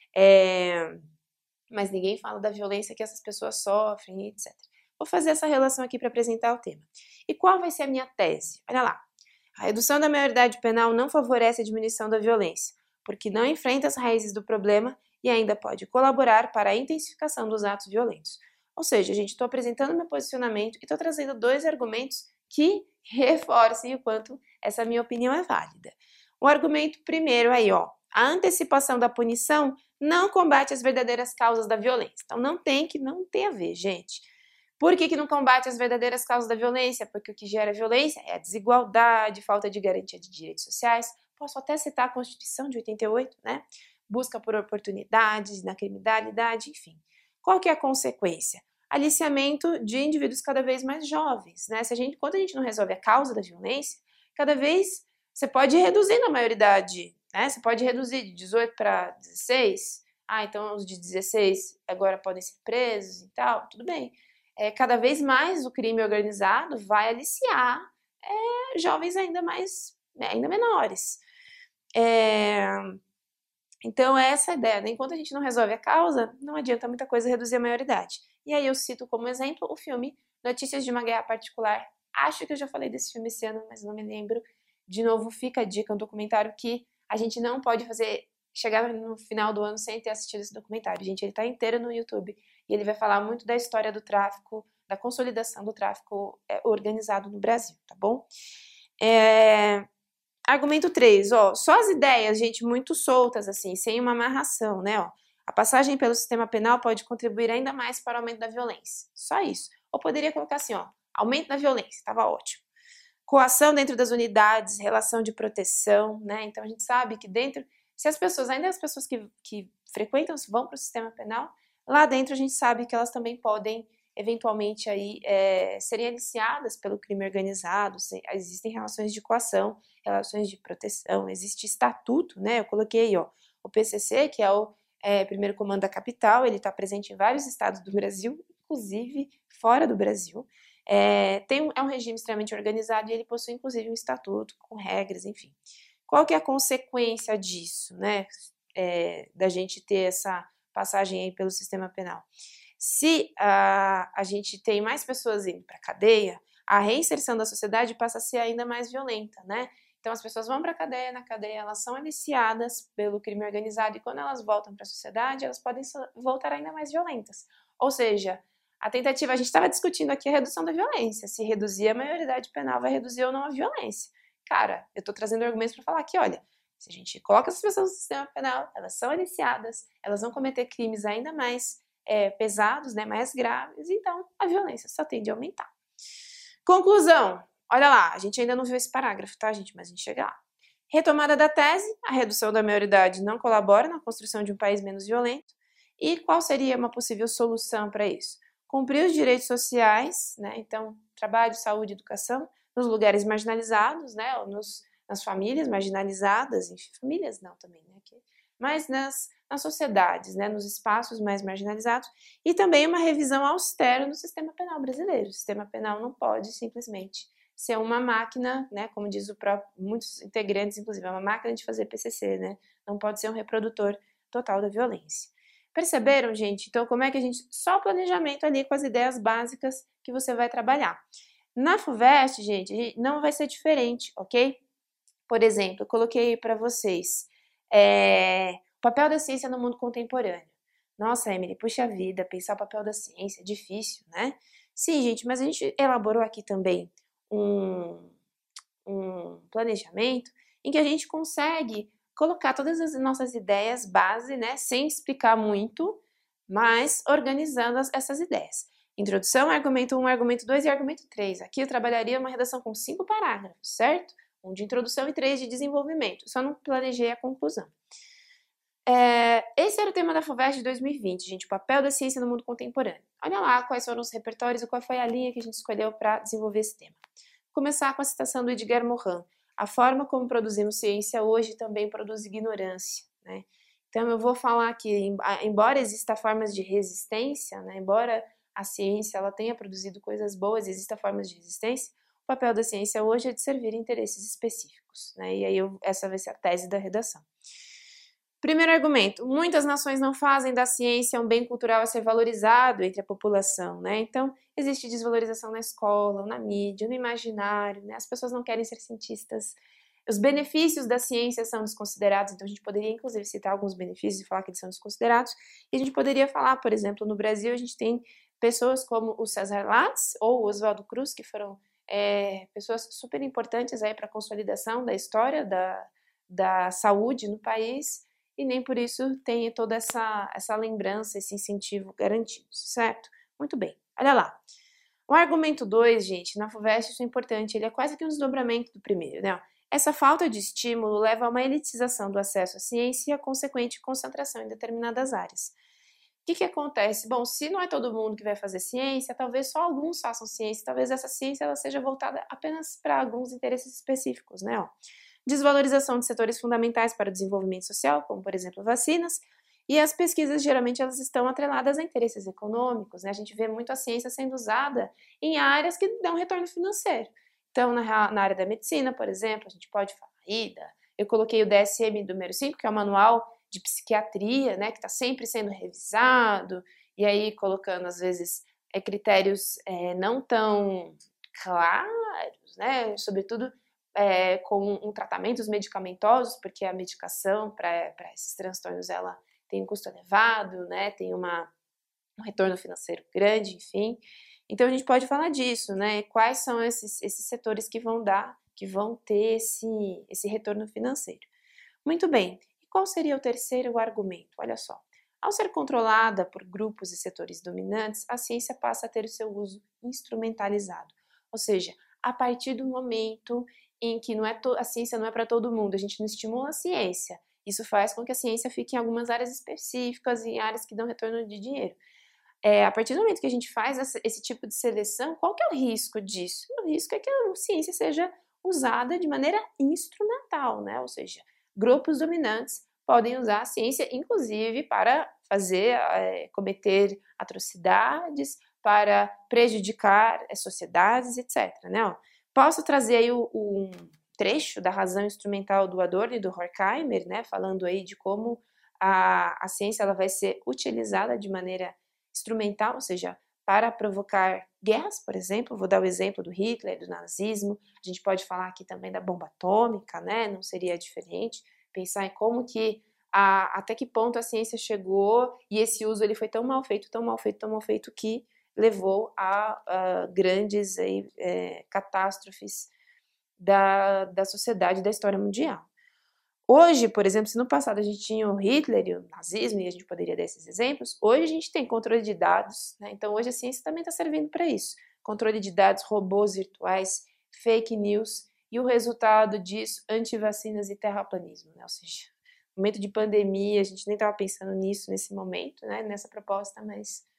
É, mas ninguém fala da violência que essas pessoas sofrem, etcétera. Vou fazer essa relação aqui para apresentar o tema. E qual vai ser a minha tese? Olha lá. A redução da maioridade penal não favorece a diminuição da violência, porque não enfrenta as raízes do problema e ainda pode colaborar para a intensificação dos atos violentos. Ou seja, gente, estou apresentando meu posicionamento e estou trazendo dois argumentos que reforcem o quanto essa minha opinião é válida. O argumento primeiro aí, ó, a antecipação da punição não combate as verdadeiras causas da violência. Então não tem que não tem a ver, gente. Por que que não combate as verdadeiras causas da violência? Porque o que gera violência é a desigualdade, falta de garantia de direitos sociais. Posso até citar a Constituição de oitenta e oito, né? Busca por oportunidades na criminalidade, enfim. Qual que é a consequência? Aliciamento de indivíduos cada vez mais jovens, né? Se a gente, quando a gente não resolve a causa da violência, cada vez você pode reduzir a maioridade, né? Você pode reduzir de dezoito para dezesseis. Ah, então os de dezesseis agora podem ser presos e tal, tudo bem. É, cada vez mais o crime organizado vai aliciar é, jovens ainda mais, ainda menores. É, então é essa a ideia, né? Enquanto a gente não resolve a causa, não adianta muita coisa reduzir a maioridade. E aí eu cito como exemplo o filme Notícias de uma Guerra Particular. Acho que eu já falei desse filme esse ano, mas não me lembro. De novo, fica a dica, um documentário que a gente não pode fazer, chegar no final do ano sem ter assistido esse documentário. Gente, ele está inteiro no YouTube e ele vai falar muito da história do tráfico, da consolidação do tráfico é, organizado no Brasil, tá bom? É... Argumento três, ó, só as ideias, gente, muito soltas, assim, sem uma amarração, né, ó. A passagem pelo sistema penal pode contribuir ainda mais para o aumento da violência. Só isso. Ou poderia colocar assim, ó, aumento da violência, estava ótimo. Coação dentro das unidades, relação de proteção, né? Então a gente sabe que dentro, se as pessoas, ainda as pessoas que, que frequentam, vão para o sistema penal, lá dentro a gente sabe que elas também podem, eventualmente, aí, é, serem aliciadas pelo crime organizado, se, existem relações de coação, relações de proteção, existe estatuto, né? Eu coloquei aí, ó, o P C C, que é o é, Primeiro Comando da Capital, ele está presente em vários estados do Brasil, inclusive fora do Brasil. É, tem um, é um regime extremamente organizado e ele possui, inclusive, um estatuto com regras, enfim. Qual que é a consequência disso, né? É, da gente ter essa passagem aí pelo sistema penal? Se a, a gente tem mais pessoas indo para a cadeia, a reinserção da sociedade passa a ser ainda mais violenta, né? Então as pessoas vão para a cadeia, na cadeia elas são aliciadas pelo crime organizado e quando elas voltam para a sociedade, elas podem voltar ainda mais violentas. Ou seja, a tentativa, a gente estava discutindo aqui a redução da violência, se reduzir a maioridade penal vai reduzir ou não a violência. Cara, eu estou trazendo argumentos para falar que, olha, se a gente coloca essas pessoas no sistema penal, elas são aliciadas, elas vão cometer crimes ainda mais é, pesados, né, mais graves, então a violência só tende a aumentar. Conclusão, olha lá, a gente ainda não viu esse parágrafo, tá, gente, mas a gente chega lá. Retomada da tese, a redução da maioridade não colabora na construção de um país menos violento, e qual seria uma possível solução para isso? cumprir os direitos sociais, né? Então, trabalho, saúde, educação, nos lugares marginalizados, né? Ou nos, nas famílias marginalizadas, enfim, famílias não também, né? Mas nas, nas sociedades, né? Nos espaços mais marginalizados, e também uma revisão austera no sistema penal brasileiro. O sistema penal não pode simplesmente ser uma máquina, né? Como diz o próprio, muitos integrantes, inclusive, é uma máquina de fazer P C C, né? Não pode ser um reprodutor total da violência. Perceberam, gente? Então, como é que a gente... Só o planejamento ali com as ideias básicas que você vai trabalhar. Na FUVEST, gente, não vai ser diferente, ok? Por exemplo, eu coloquei para vocês é, o papel da ciência no mundo contemporâneo. Nossa, Emily, puxa vida, pensar o papel da ciência é difícil, né? Sim, gente, mas a gente elaborou aqui também um, um planejamento em que a gente consegue colocar todas as nossas ideias base, né, sem explicar muito, mas organizando as, essas ideias. Introdução, argumento um, argumento dois e argumento três. Aqui eu trabalharia uma redação com cinco parágrafos, certo? Um de introdução e três de desenvolvimento. Só não planejei a conclusão. É, esse era o tema da FUVEST de dois mil e vinte, gente, o papel da ciência no mundo contemporâneo. Olha lá quais foram os repertórios e qual foi a linha que a gente escolheu para desenvolver esse tema. Vou começar com a citação do Edgar Morin. A forma como produzimos ciência hoje também produz ignorância, né? Então eu vou falar que, embora existam formas de resistência, né, embora a ciência ela tenha produzido coisas boas, existam formas de resistência, o papel da ciência hoje é de servir interesses específicos, né? E aí eu, essa vai ser a tese da redação. Primeiro argumento, muitas nações não fazem da ciência um bem cultural a ser valorizado entre a população, né? Então, existe desvalorização na escola, na mídia, no imaginário, né? As pessoas não querem ser cientistas. Os benefícios da ciência são desconsiderados, então a gente poderia, inclusive, citar alguns benefícios e falar que eles são desconsiderados. E a gente poderia falar, por exemplo, no Brasil, a gente tem pessoas como o César Lattes ou o Oswaldo Cruz, que foram é, pessoas super importantes aí para a consolidação da história da, da saúde no país, e nem por isso tem toda essa, essa lembrança, esse incentivo garantido, certo? Muito bem, olha lá. O argumento dois, gente, na FUVEST isso é importante, ele é quase que um desdobramento do primeiro, né? Essa falta de estímulo leva a uma elitização do acesso à ciência e a consequente concentração em determinadas áreas. O que que acontece? Bom, se não é todo mundo que vai fazer ciência, talvez só alguns façam ciência, talvez essa ciência ela seja voltada apenas para alguns interesses específicos, né? Ó. Desvalorização de setores fundamentais para o desenvolvimento social, como, por exemplo, vacinas, e as pesquisas, geralmente, elas estão atreladas a interesses econômicos, né? A gente vê muito a ciência sendo usada em áreas que dão retorno financeiro. Então, na, na área da medicina, por exemplo, a gente pode falar aí, da, eu coloquei o D S M número cinco, que é o Manual de Psiquiatria, né, que está sempre sendo revisado, e aí colocando, às vezes, é, critérios é, não tão claros, né, sobretudo É, com um tratamentos medicamentosos, porque a medicação para esses transtornos ela tem um custo elevado, né, tem uma, um retorno financeiro grande, enfim. Então a gente pode falar disso, né? Quais são esses, esses setores que vão dar, que vão ter esse, esse retorno financeiro. Muito bem, e qual seria o terceiro argumento? Olha só. Ao ser controlada por grupos e setores dominantes, a ciência passa a ter o seu uso instrumentalizado. Ou seja, a partir do momento em que não é a ciência não é para todo mundo, a gente não estimula a ciência. Isso faz com que a ciência fique em algumas áreas específicas, em áreas que dão retorno de dinheiro. É, a partir do momento que a gente faz essa, esse tipo de seleção, qual que é o risco disso? O risco é que a ciência seja usada de maneira instrumental, né? Ou seja, grupos dominantes podem usar a ciência, inclusive, para fazer, é, cometer atrocidades, para prejudicar as sociedades, etcétera, né? Ó, posso trazer aí o, o, um trecho da razão instrumental do Adorno e do Horkheimer, né, falando aí de como a, a ciência ela vai ser utilizada de maneira instrumental, ou seja, para provocar guerras, por exemplo. Vou dar o exemplo do Hitler, do nazismo. A gente pode falar aqui também da bomba atômica, né, não seria diferente. Pensar em como que, a, até que ponto a ciência chegou e esse uso ele foi tão mal feito, tão mal feito, tão mal feito que levou a, a grandes aí, é, catástrofes da, da sociedade, da história mundial. Hoje, por exemplo, se no passado a gente tinha o Hitler e o nazismo, e a gente poderia dar esses exemplos, hoje a gente tem controle de dados, né? Então hoje a ciência também está servindo para isso. Controle de dados, robôs virtuais, fake news, e o resultado disso, antivacinas e terraplanismo, né? Ou seja, no momento de pandemia, a gente nem estava pensando nisso nesse momento, né? Nessa proposta, mas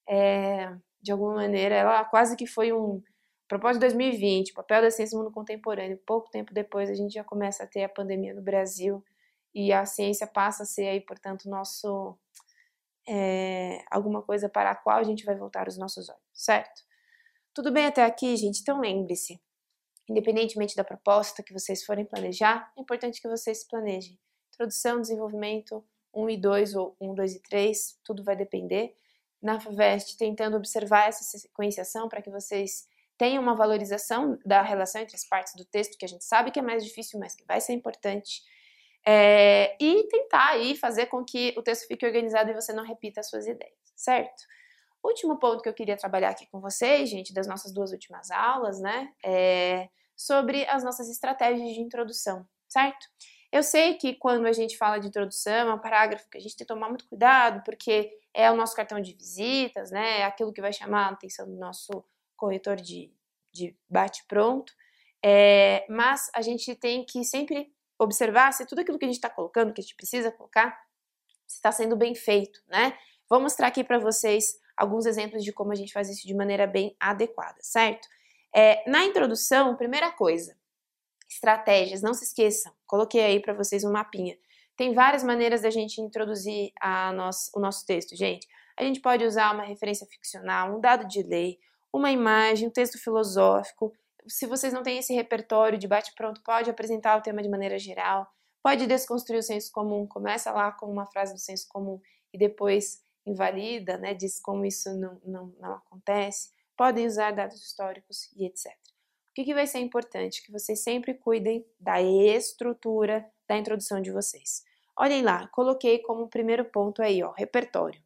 é, de alguma maneira, ela quase que foi um propósito de dois mil e vinte, papel da ciência no mundo contemporâneo. Pouco tempo depois a gente já começa a ter a pandemia no Brasil e a ciência passa a ser aí, portanto, nosso é, alguma coisa para a qual a gente vai voltar os nossos olhos, certo? Tudo bem até aqui, gente? Então lembre-se, independentemente da proposta que vocês forem planejar, é importante que vocês planejem. Introdução, desenvolvimento, um e dois ou um, dois e três, tudo vai depender. Na FAVEST, tentando observar essa sequenciação para que vocês tenham uma valorização da relação entre as partes do texto, que a gente sabe que é mais difícil, mas que vai ser importante. É, e tentar aí fazer com que o texto fique organizado e você não repita as suas ideias, certo? Último ponto que eu queria trabalhar aqui com vocês, gente, das nossas duas últimas aulas, né, é sobre as nossas estratégias de introdução, certo? Eu sei que quando a gente fala de introdução, é um parágrafo que a gente tem que tomar muito cuidado, porque é o nosso cartão de visitas, né, é aquilo que vai chamar a atenção do nosso corretor de, de bate-pronto, é, mas a gente tem que sempre observar se tudo aquilo que a gente está colocando, que a gente precisa colocar, está sendo bem feito, né? Vou mostrar aqui para vocês alguns exemplos de como a gente faz isso de maneira bem adequada, certo? É, na introdução, primeira coisa, estratégias, não se esqueçam, coloquei aí para vocês um mapinha. Tem várias maneiras da gente introduzir a nosso, o nosso texto, gente. A gente pode usar uma referência ficcional, um dado de lei, uma imagem, um texto filosófico. Se vocês não têm esse repertório de bate-pronto, pode apresentar o tema de maneira geral, pode desconstruir o senso comum, começa lá com uma frase do senso comum e depois invalida, né, diz como isso não, não, não acontece, podem usar dados históricos e etcétera. O que, que vai ser importante? Que vocês sempre cuidem da estrutura da introdução de vocês. Olhem lá, coloquei como primeiro ponto aí, ó, repertório.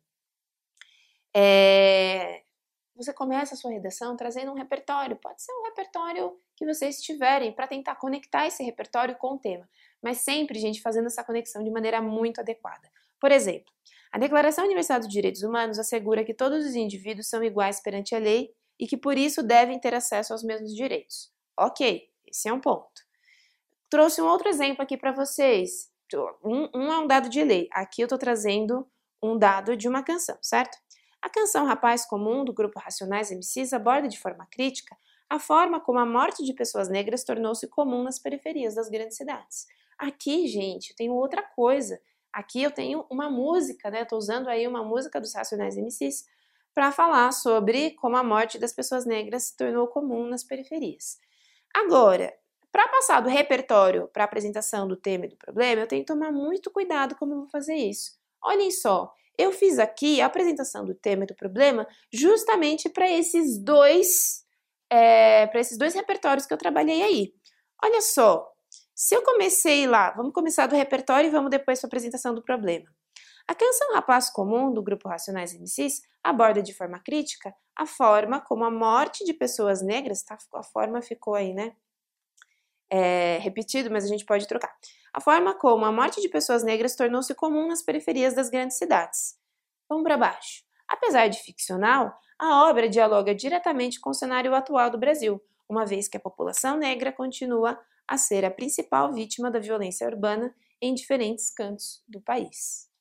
É... Você começa a sua redação trazendo um repertório, pode ser um repertório que vocês tiverem para tentar conectar esse repertório com o tema, mas sempre, gente, fazendo essa conexão de maneira muito adequada. Por exemplo, a Declaração Universal dos Direitos Humanos assegura que todos os indivíduos são iguais perante a lei e que por isso devem ter acesso aos mesmos direitos. Ok, esse é um ponto. Trouxe um outro exemplo aqui para vocês. Um, um é um dado de lei, aqui eu estou trazendo um dado de uma canção, certo? A canção Rapaz Comum, do grupo Racionais M Cs, aborda de forma crítica a forma como a morte de pessoas negras tornou-se comum nas periferias das grandes cidades. Aqui, gente, eu tenho outra coisa. Aqui eu tenho uma música, né? Estou usando aí uma música dos Racionais M Cs para falar sobre como a morte das pessoas negras se tornou comum nas periferias. Agora, para passar do repertório para a apresentação do tema e do problema, eu tenho que tomar muito cuidado como eu vou fazer isso. Olhem só. Eu fiz aqui a apresentação do tema e do problema justamente para esses dois, é, para esses dois repertórios que eu trabalhei aí. Olha só, se eu comecei lá, vamos começar do repertório e vamos depois para a apresentação do problema. A canção Rapaz Comum, do grupo Racionais M Cs, aborda de forma crítica a forma como a morte de pessoas negras, tá? A forma ficou aí, né? É, repetido, mas a gente pode trocar. A forma como a morte de pessoas negras tornou-se comum nas periferias das grandes cidades. Vamos para baixo. Apesar de ficcional, a obra dialoga diretamente com o cenário atual do Brasil, uma vez que a população negra continua a ser a principal vítima da violência urbana em diferentes cantos do país.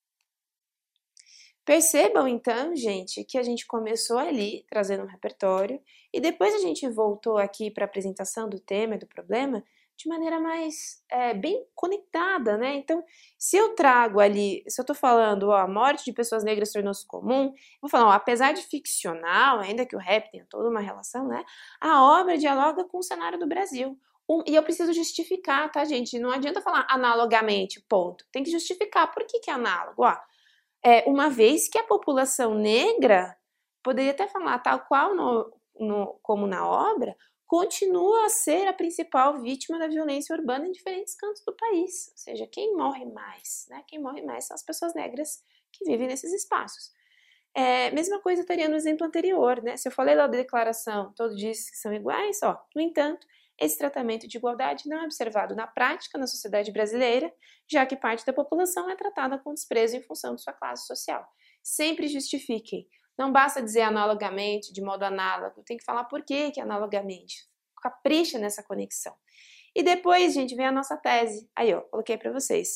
Percebam então, gente, que a gente começou ali trazendo um repertório e depois a gente voltou aqui para a apresentação do tema e do problema de maneira mais é, bem conectada, né? Então, se eu trago ali, se eu tô falando, ó, a morte de pessoas negras tornou-se comum, vou falar, ó, apesar de ficcional, ainda que o rap tenha toda uma relação, né? A obra dialoga com o cenário do Brasil. Um, e eu preciso justificar, tá, gente? Não adianta falar analogamente, ponto. Tem que justificar. Por que que é análogo? Ó, é, uma vez que a população negra, poderia até falar tal qual no, no, como na obra, continua a ser a principal vítima da violência urbana em diferentes cantos do país. Ou seja, quem morre mais, né? Quem morre mais são as pessoas negras que vivem nesses espaços. É, mesma coisa estaria no exemplo anterior, né? Se eu falei lá da declaração, todos dizem que são iguais, ó. No entanto, esse tratamento de igualdade não é observado na prática na sociedade brasileira, já que parte da população é tratada com desprezo em função de sua classe social. Sempre justifiquem. Não basta dizer analogamente, de modo análogo, tem que falar por que que analogamente. Capricha nessa conexão. E depois, gente, vem a nossa tese. Aí, ó, coloquei para vocês.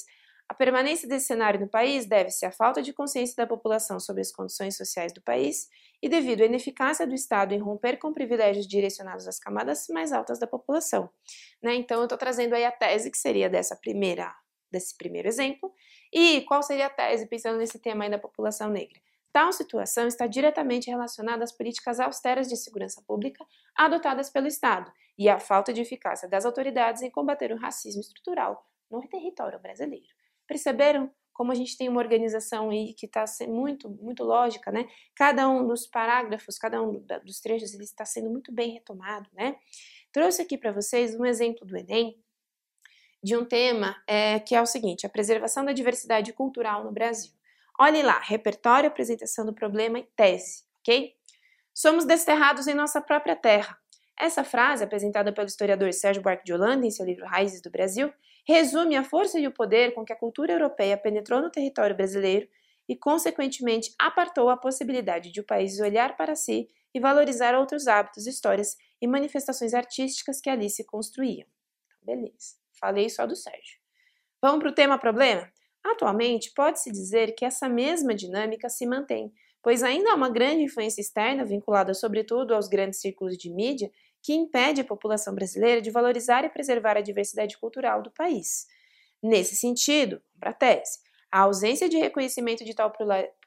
A permanência desse cenário no país deve-se à falta de consciência da população sobre as condições sociais do país e devido à ineficácia do Estado em romper com privilégios direcionados às camadas mais altas da população. Né? Então, eu estou trazendo aí a tese que seria dessa primeira, desse primeiro exemplo. E qual seria a tese pensando nesse tema aí da população negra? Tal situação está diretamente relacionada às políticas austeras de segurança pública adotadas pelo Estado e à falta de eficácia das autoridades em combater o racismo estrutural no território brasileiro. Perceberam como a gente tem uma organização aí que está sendo muito, muito lógica, né? Cada um dos parágrafos, cada um dos trechos, ele está sendo muito bem retomado, né? Trouxe aqui para vocês um exemplo do Enem, de um tema é, que é o seguinte, a preservação da diversidade cultural no Brasil. Olhe lá, repertório, apresentação do problema e tese, ok? Somos desterrados em nossa própria terra. Essa frase, apresentada pelo historiador Sérgio Buarque de Holanda em seu livro Raízes do Brasil, resume a força e o poder com que a cultura europeia penetrou no território brasileiro e, consequentemente, apartou a possibilidade de o país olhar para si e valorizar outros hábitos, histórias e manifestações artísticas que ali se construíam. Então, beleza, falei só do Sérgio. Vamos para o tema problema? Atualmente, pode-se dizer que essa mesma dinâmica se mantém, pois ainda há uma grande influência externa, vinculada sobretudo aos grandes círculos de mídia, que impede a população brasileira de valorizar e preservar a diversidade cultural do país. Nesse sentido, para a tese, a ausência de reconhecimento de tal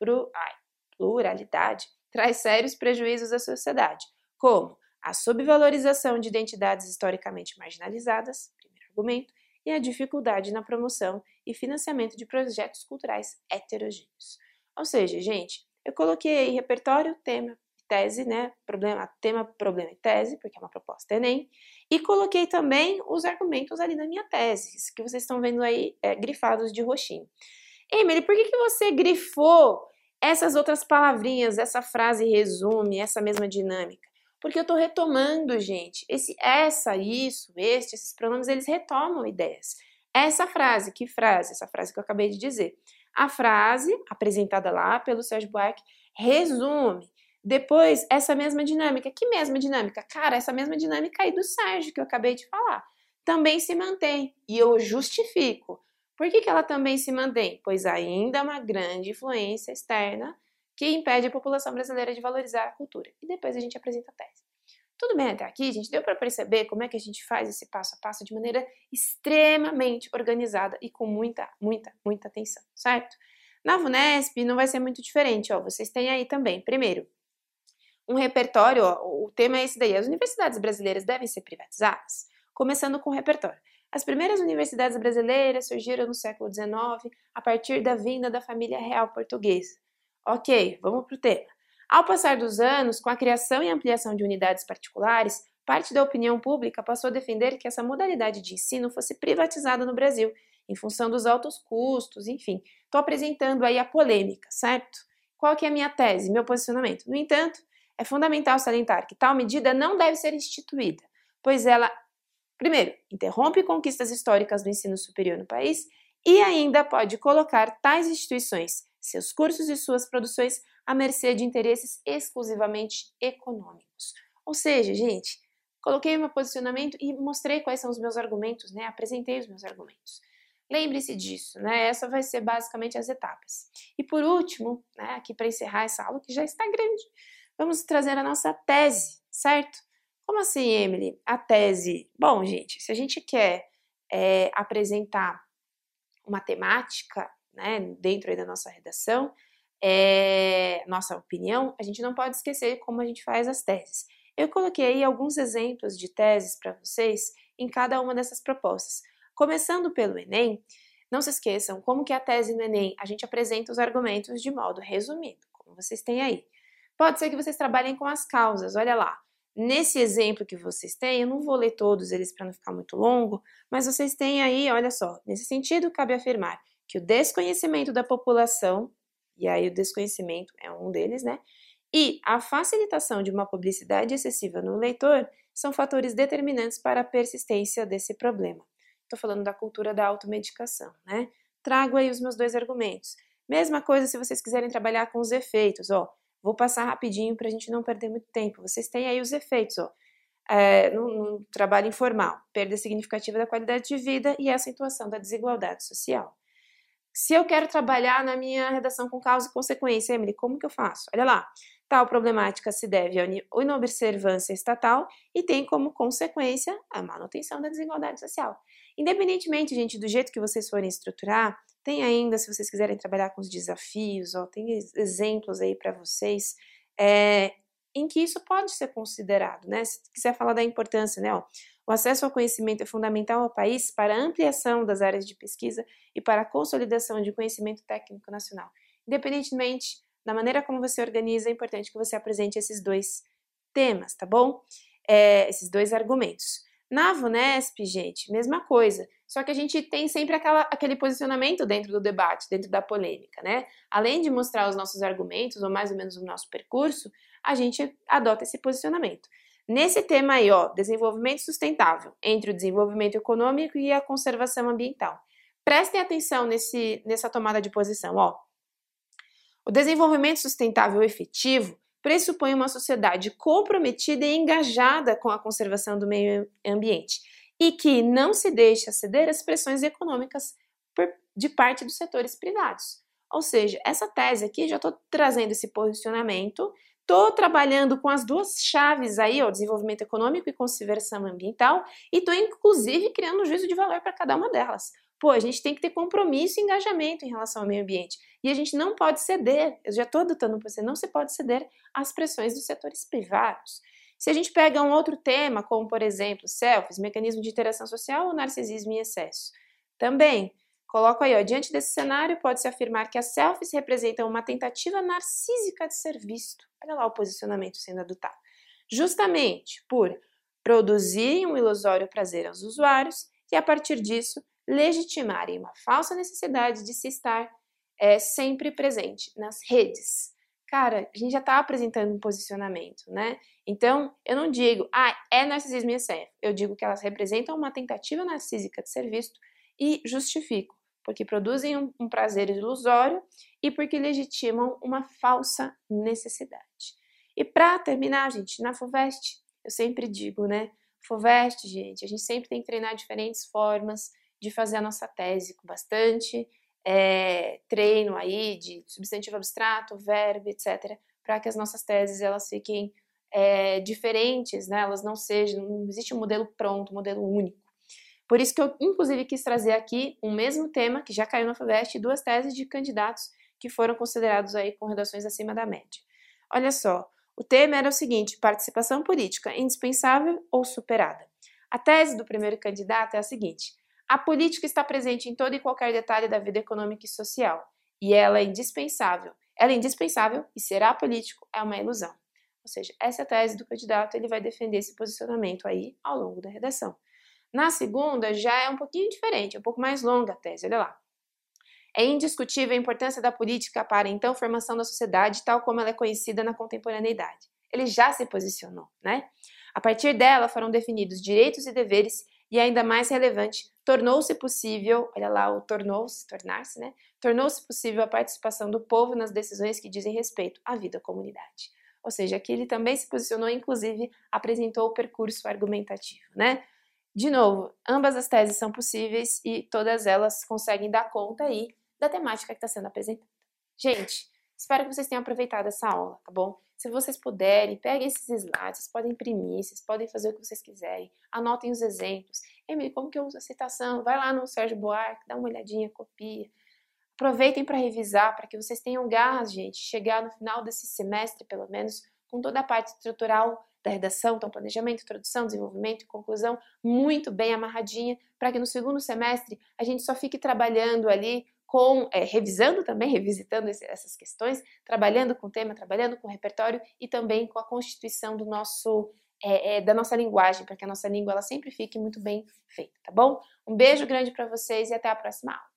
pluralidade traz sérios prejuízos à sociedade, como a subvalorização de identidades historicamente marginalizadas, primeiro argumento, e a dificuldade na promoção e financiamento de projetos culturais heterogêneos. Ou seja, gente, eu coloquei aí repertório, tema, tese, né, problema, tema, problema e tese, porque é uma proposta Enem, e coloquei também os argumentos ali na minha tese, que vocês estão vendo aí é, grifados de roxinho. Emily, por que, que você grifou essas outras palavrinhas, essa frase resume, essa mesma dinâmica? Porque eu estou retomando, gente, esse, essa, isso, este, esses pronomes, eles retomam ideias. Essa frase, que frase? Essa frase que eu acabei de dizer. A frase, apresentada lá pelo Sérgio Buarque, resume. Depois, essa mesma dinâmica. Que mesma dinâmica? Cara, essa mesma dinâmica aí do Sérgio, que eu acabei de falar. Também se mantém. E eu justifico. Por que que ela também se mantém? Pois ainda há uma grande influência externa que impede a população brasileira de valorizar a cultura. E depois a gente apresenta a tese. Tudo bem até aqui, gente? Deu para perceber como é que a gente faz esse passo a passo de maneira extremamente organizada e com muita, muita, muita atenção, certo? Na VUNESP não vai ser muito diferente, ó. Vocês têm aí também, primeiro, um repertório, ó, o tema é esse daí, as universidades brasileiras devem ser privatizadas? Começando com o repertório. As primeiras universidades brasileiras surgiram no século dezenove a partir da vinda da família real portuguesa. Ok, vamos para o tema. Ao passar dos anos, com a criação e ampliação de unidades particulares, parte da opinião pública passou a defender que essa modalidade de ensino fosse privatizada no Brasil, em função dos altos custos, enfim. Estou apresentando aí a polêmica, certo? Qual que é a minha tese, meu posicionamento? No entanto, é fundamental salientar que tal medida não deve ser instituída, pois ela, primeiro, interrompe conquistas históricas do ensino superior no país e ainda pode colocar tais instituições, seus cursos e suas produções à mercê de interesses exclusivamente econômicos. Ou seja, gente, coloquei o meu posicionamento e mostrei quais são os meus argumentos, né? Apresentei os meus argumentos. Lembre-se disso, né? Essa vai ser basicamente as etapas. E por último, né, aqui para encerrar essa aula que já está grande, vamos trazer a nossa tese, certo? Como assim, Emily? A tese? Bom, gente, se a gente quer é, apresentar uma temática, né, dentro aí da nossa redação, é, nossa opinião, a gente não pode esquecer como a gente faz as teses. Eu coloquei aí alguns exemplos de teses para vocês em cada uma dessas propostas. Começando pelo Enem, não se esqueçam, como que é a tese no Enem, a gente apresenta os argumentos de modo resumido, como vocês têm aí. Pode ser que vocês trabalhem com as causas, olha lá. Nesse exemplo que vocês têm, eu não vou ler todos eles para não ficar muito longo, mas vocês têm aí, olha só, nesse sentido cabe afirmar que o desconhecimento da população, e aí o desconhecimento é um deles, né? E a facilitação de uma publicidade excessiva no leitor são fatores determinantes para a persistência desse problema. Estou falando da cultura da automedicação, né? Trago aí os meus dois argumentos. Mesma coisa se vocês quiserem trabalhar com os efeitos, ó. Vou passar rapidinho para a gente não perder muito tempo. Vocês têm aí os efeitos, ó. É, no, no trabalho informal, perda significativa da qualidade de vida e acentuação da desigualdade social. Se eu quero trabalhar na minha redação com causa e consequência, Emily, como que eu faço? Olha lá, tal problemática se deve à inobservância estatal e tem como consequência a manutenção da desigualdade social. Independentemente, gente, do jeito que vocês forem estruturar, tem ainda, se vocês quiserem trabalhar com os desafios, ó, tem exemplos aí para vocês, é, em que isso pode ser considerado, né? Se quiser falar da importância, né? Ó, o acesso ao conhecimento é fundamental ao país para a ampliação das áreas de pesquisa e para a consolidação de conhecimento técnico nacional. Independentemente da maneira como você organiza, é importante que você apresente esses dois temas, tá bom? É, esses dois argumentos. Na VUNESP, gente, mesma coisa, só que a gente tem sempre aquela, aquele posicionamento dentro do debate, dentro da polêmica, né? Além de mostrar os nossos argumentos, ou mais ou menos o nosso percurso, a gente adota esse posicionamento. Nesse tema aí, ó, desenvolvimento sustentável, entre o desenvolvimento econômico e a conservação ambiental. Prestem atenção nesse, nessa tomada de posição, ó. O desenvolvimento sustentável efetivo pressupõe uma sociedade comprometida e engajada com a conservação do meio ambiente e que não se deixa ceder às pressões econômicas por, de parte dos setores privados. Ou seja, essa tese aqui, já estou trazendo esse posicionamento, estou trabalhando com as duas chaves aí, ó, desenvolvimento econômico e conservação ambiental, e estou inclusive criando um juízo de valor para cada uma delas. Pô, a gente tem que ter compromisso e engajamento em relação ao meio ambiente. E a gente não pode ceder, eu já estou adotando para você, não se pode ceder às pressões dos setores privados. Se a gente pega um outro tema, como por exemplo, selfies, mecanismo de interação social ou narcisismo em excesso, também coloco aí, ó, diante desse cenário, pode-se afirmar que as selfies representam uma tentativa narcísica de ser visto. Olha lá o posicionamento sendo adotado. Justamente por produzirem um ilusório prazer aos usuários e, a partir disso, legitimarem uma falsa necessidade de se estar é, sempre presente nas redes. Cara, a gente já está apresentando um posicionamento, né? Então, eu não digo, ah, é narcisismo e excesso. Eu digo que elas representam uma tentativa narcísica de ser visto e justifico, porque produzem um, um prazer ilusório e porque legitimam uma falsa necessidade. E para terminar, gente, na FUVEST, eu sempre digo, né? FUVEST, gente, a gente sempre tem que treinar diferentes formas de fazer a nossa tese com bastante é, treino aí de substantivo abstrato, verbo, etcétera, para que as nossas teses elas fiquem é, diferentes, né? Elas não sejam, não existe um modelo pronto, um modelo único. Por isso que eu, inclusive, quis trazer aqui um mesmo tema que já caiu na FUVEST e duas teses de candidatos que foram considerados aí com redações acima da média. Olha só, o tema era o seguinte: participação política indispensável ou superada? A tese do primeiro candidato é a seguinte: a política está presente em todo e qualquer detalhe da vida econômica e social, e ela é indispensável. Ela é indispensável e ser apolítico é uma ilusão. Ou seja, essa é a tese do candidato, ele vai defender esse posicionamento aí ao longo da redação. Na segunda, já é um pouquinho diferente, é um pouco mais longa a tese, olha lá. É indiscutível a importância da política para a então formação da sociedade, tal como ela é conhecida na contemporaneidade. Ele já se posicionou, né? A partir dela foram definidos direitos e deveres e, ainda mais relevante, tornou-se possível, olha lá o tornou-se, tornar-se, né? Tornou-se possível a participação do povo nas decisões que dizem respeito à vida da comunidade. Ou seja, aqui ele também se posicionou, inclusive apresentou o percurso argumentativo, né? De novo, ambas as teses são possíveis e todas elas conseguem dar conta aí da temática que está sendo apresentada. Gente, espero que vocês tenham aproveitado essa aula, tá bom? Se vocês puderem, peguem esses slides, vocês podem imprimir, vocês podem fazer o que vocês quiserem, anotem os exemplos. Emily, como que eu uso a citação? Vai lá no Sérgio Buarque, dá uma olhadinha, copia. Aproveitem para revisar, para que vocês tenham garras, gente, chegar no final desse semestre, pelo menos, com toda a parte estrutural da redação, então planejamento, introdução, desenvolvimento e conclusão, muito bem amarradinha, para que no segundo semestre a gente só fique trabalhando ali com, é, revisando também, revisitando esse, essas questões, trabalhando com o tema, trabalhando com o repertório e também com a constituição do nosso, é, é, da nossa linguagem, para que a nossa língua ela sempre fique muito bem feita, tá bom? Um beijo grande para vocês e até a próxima aula.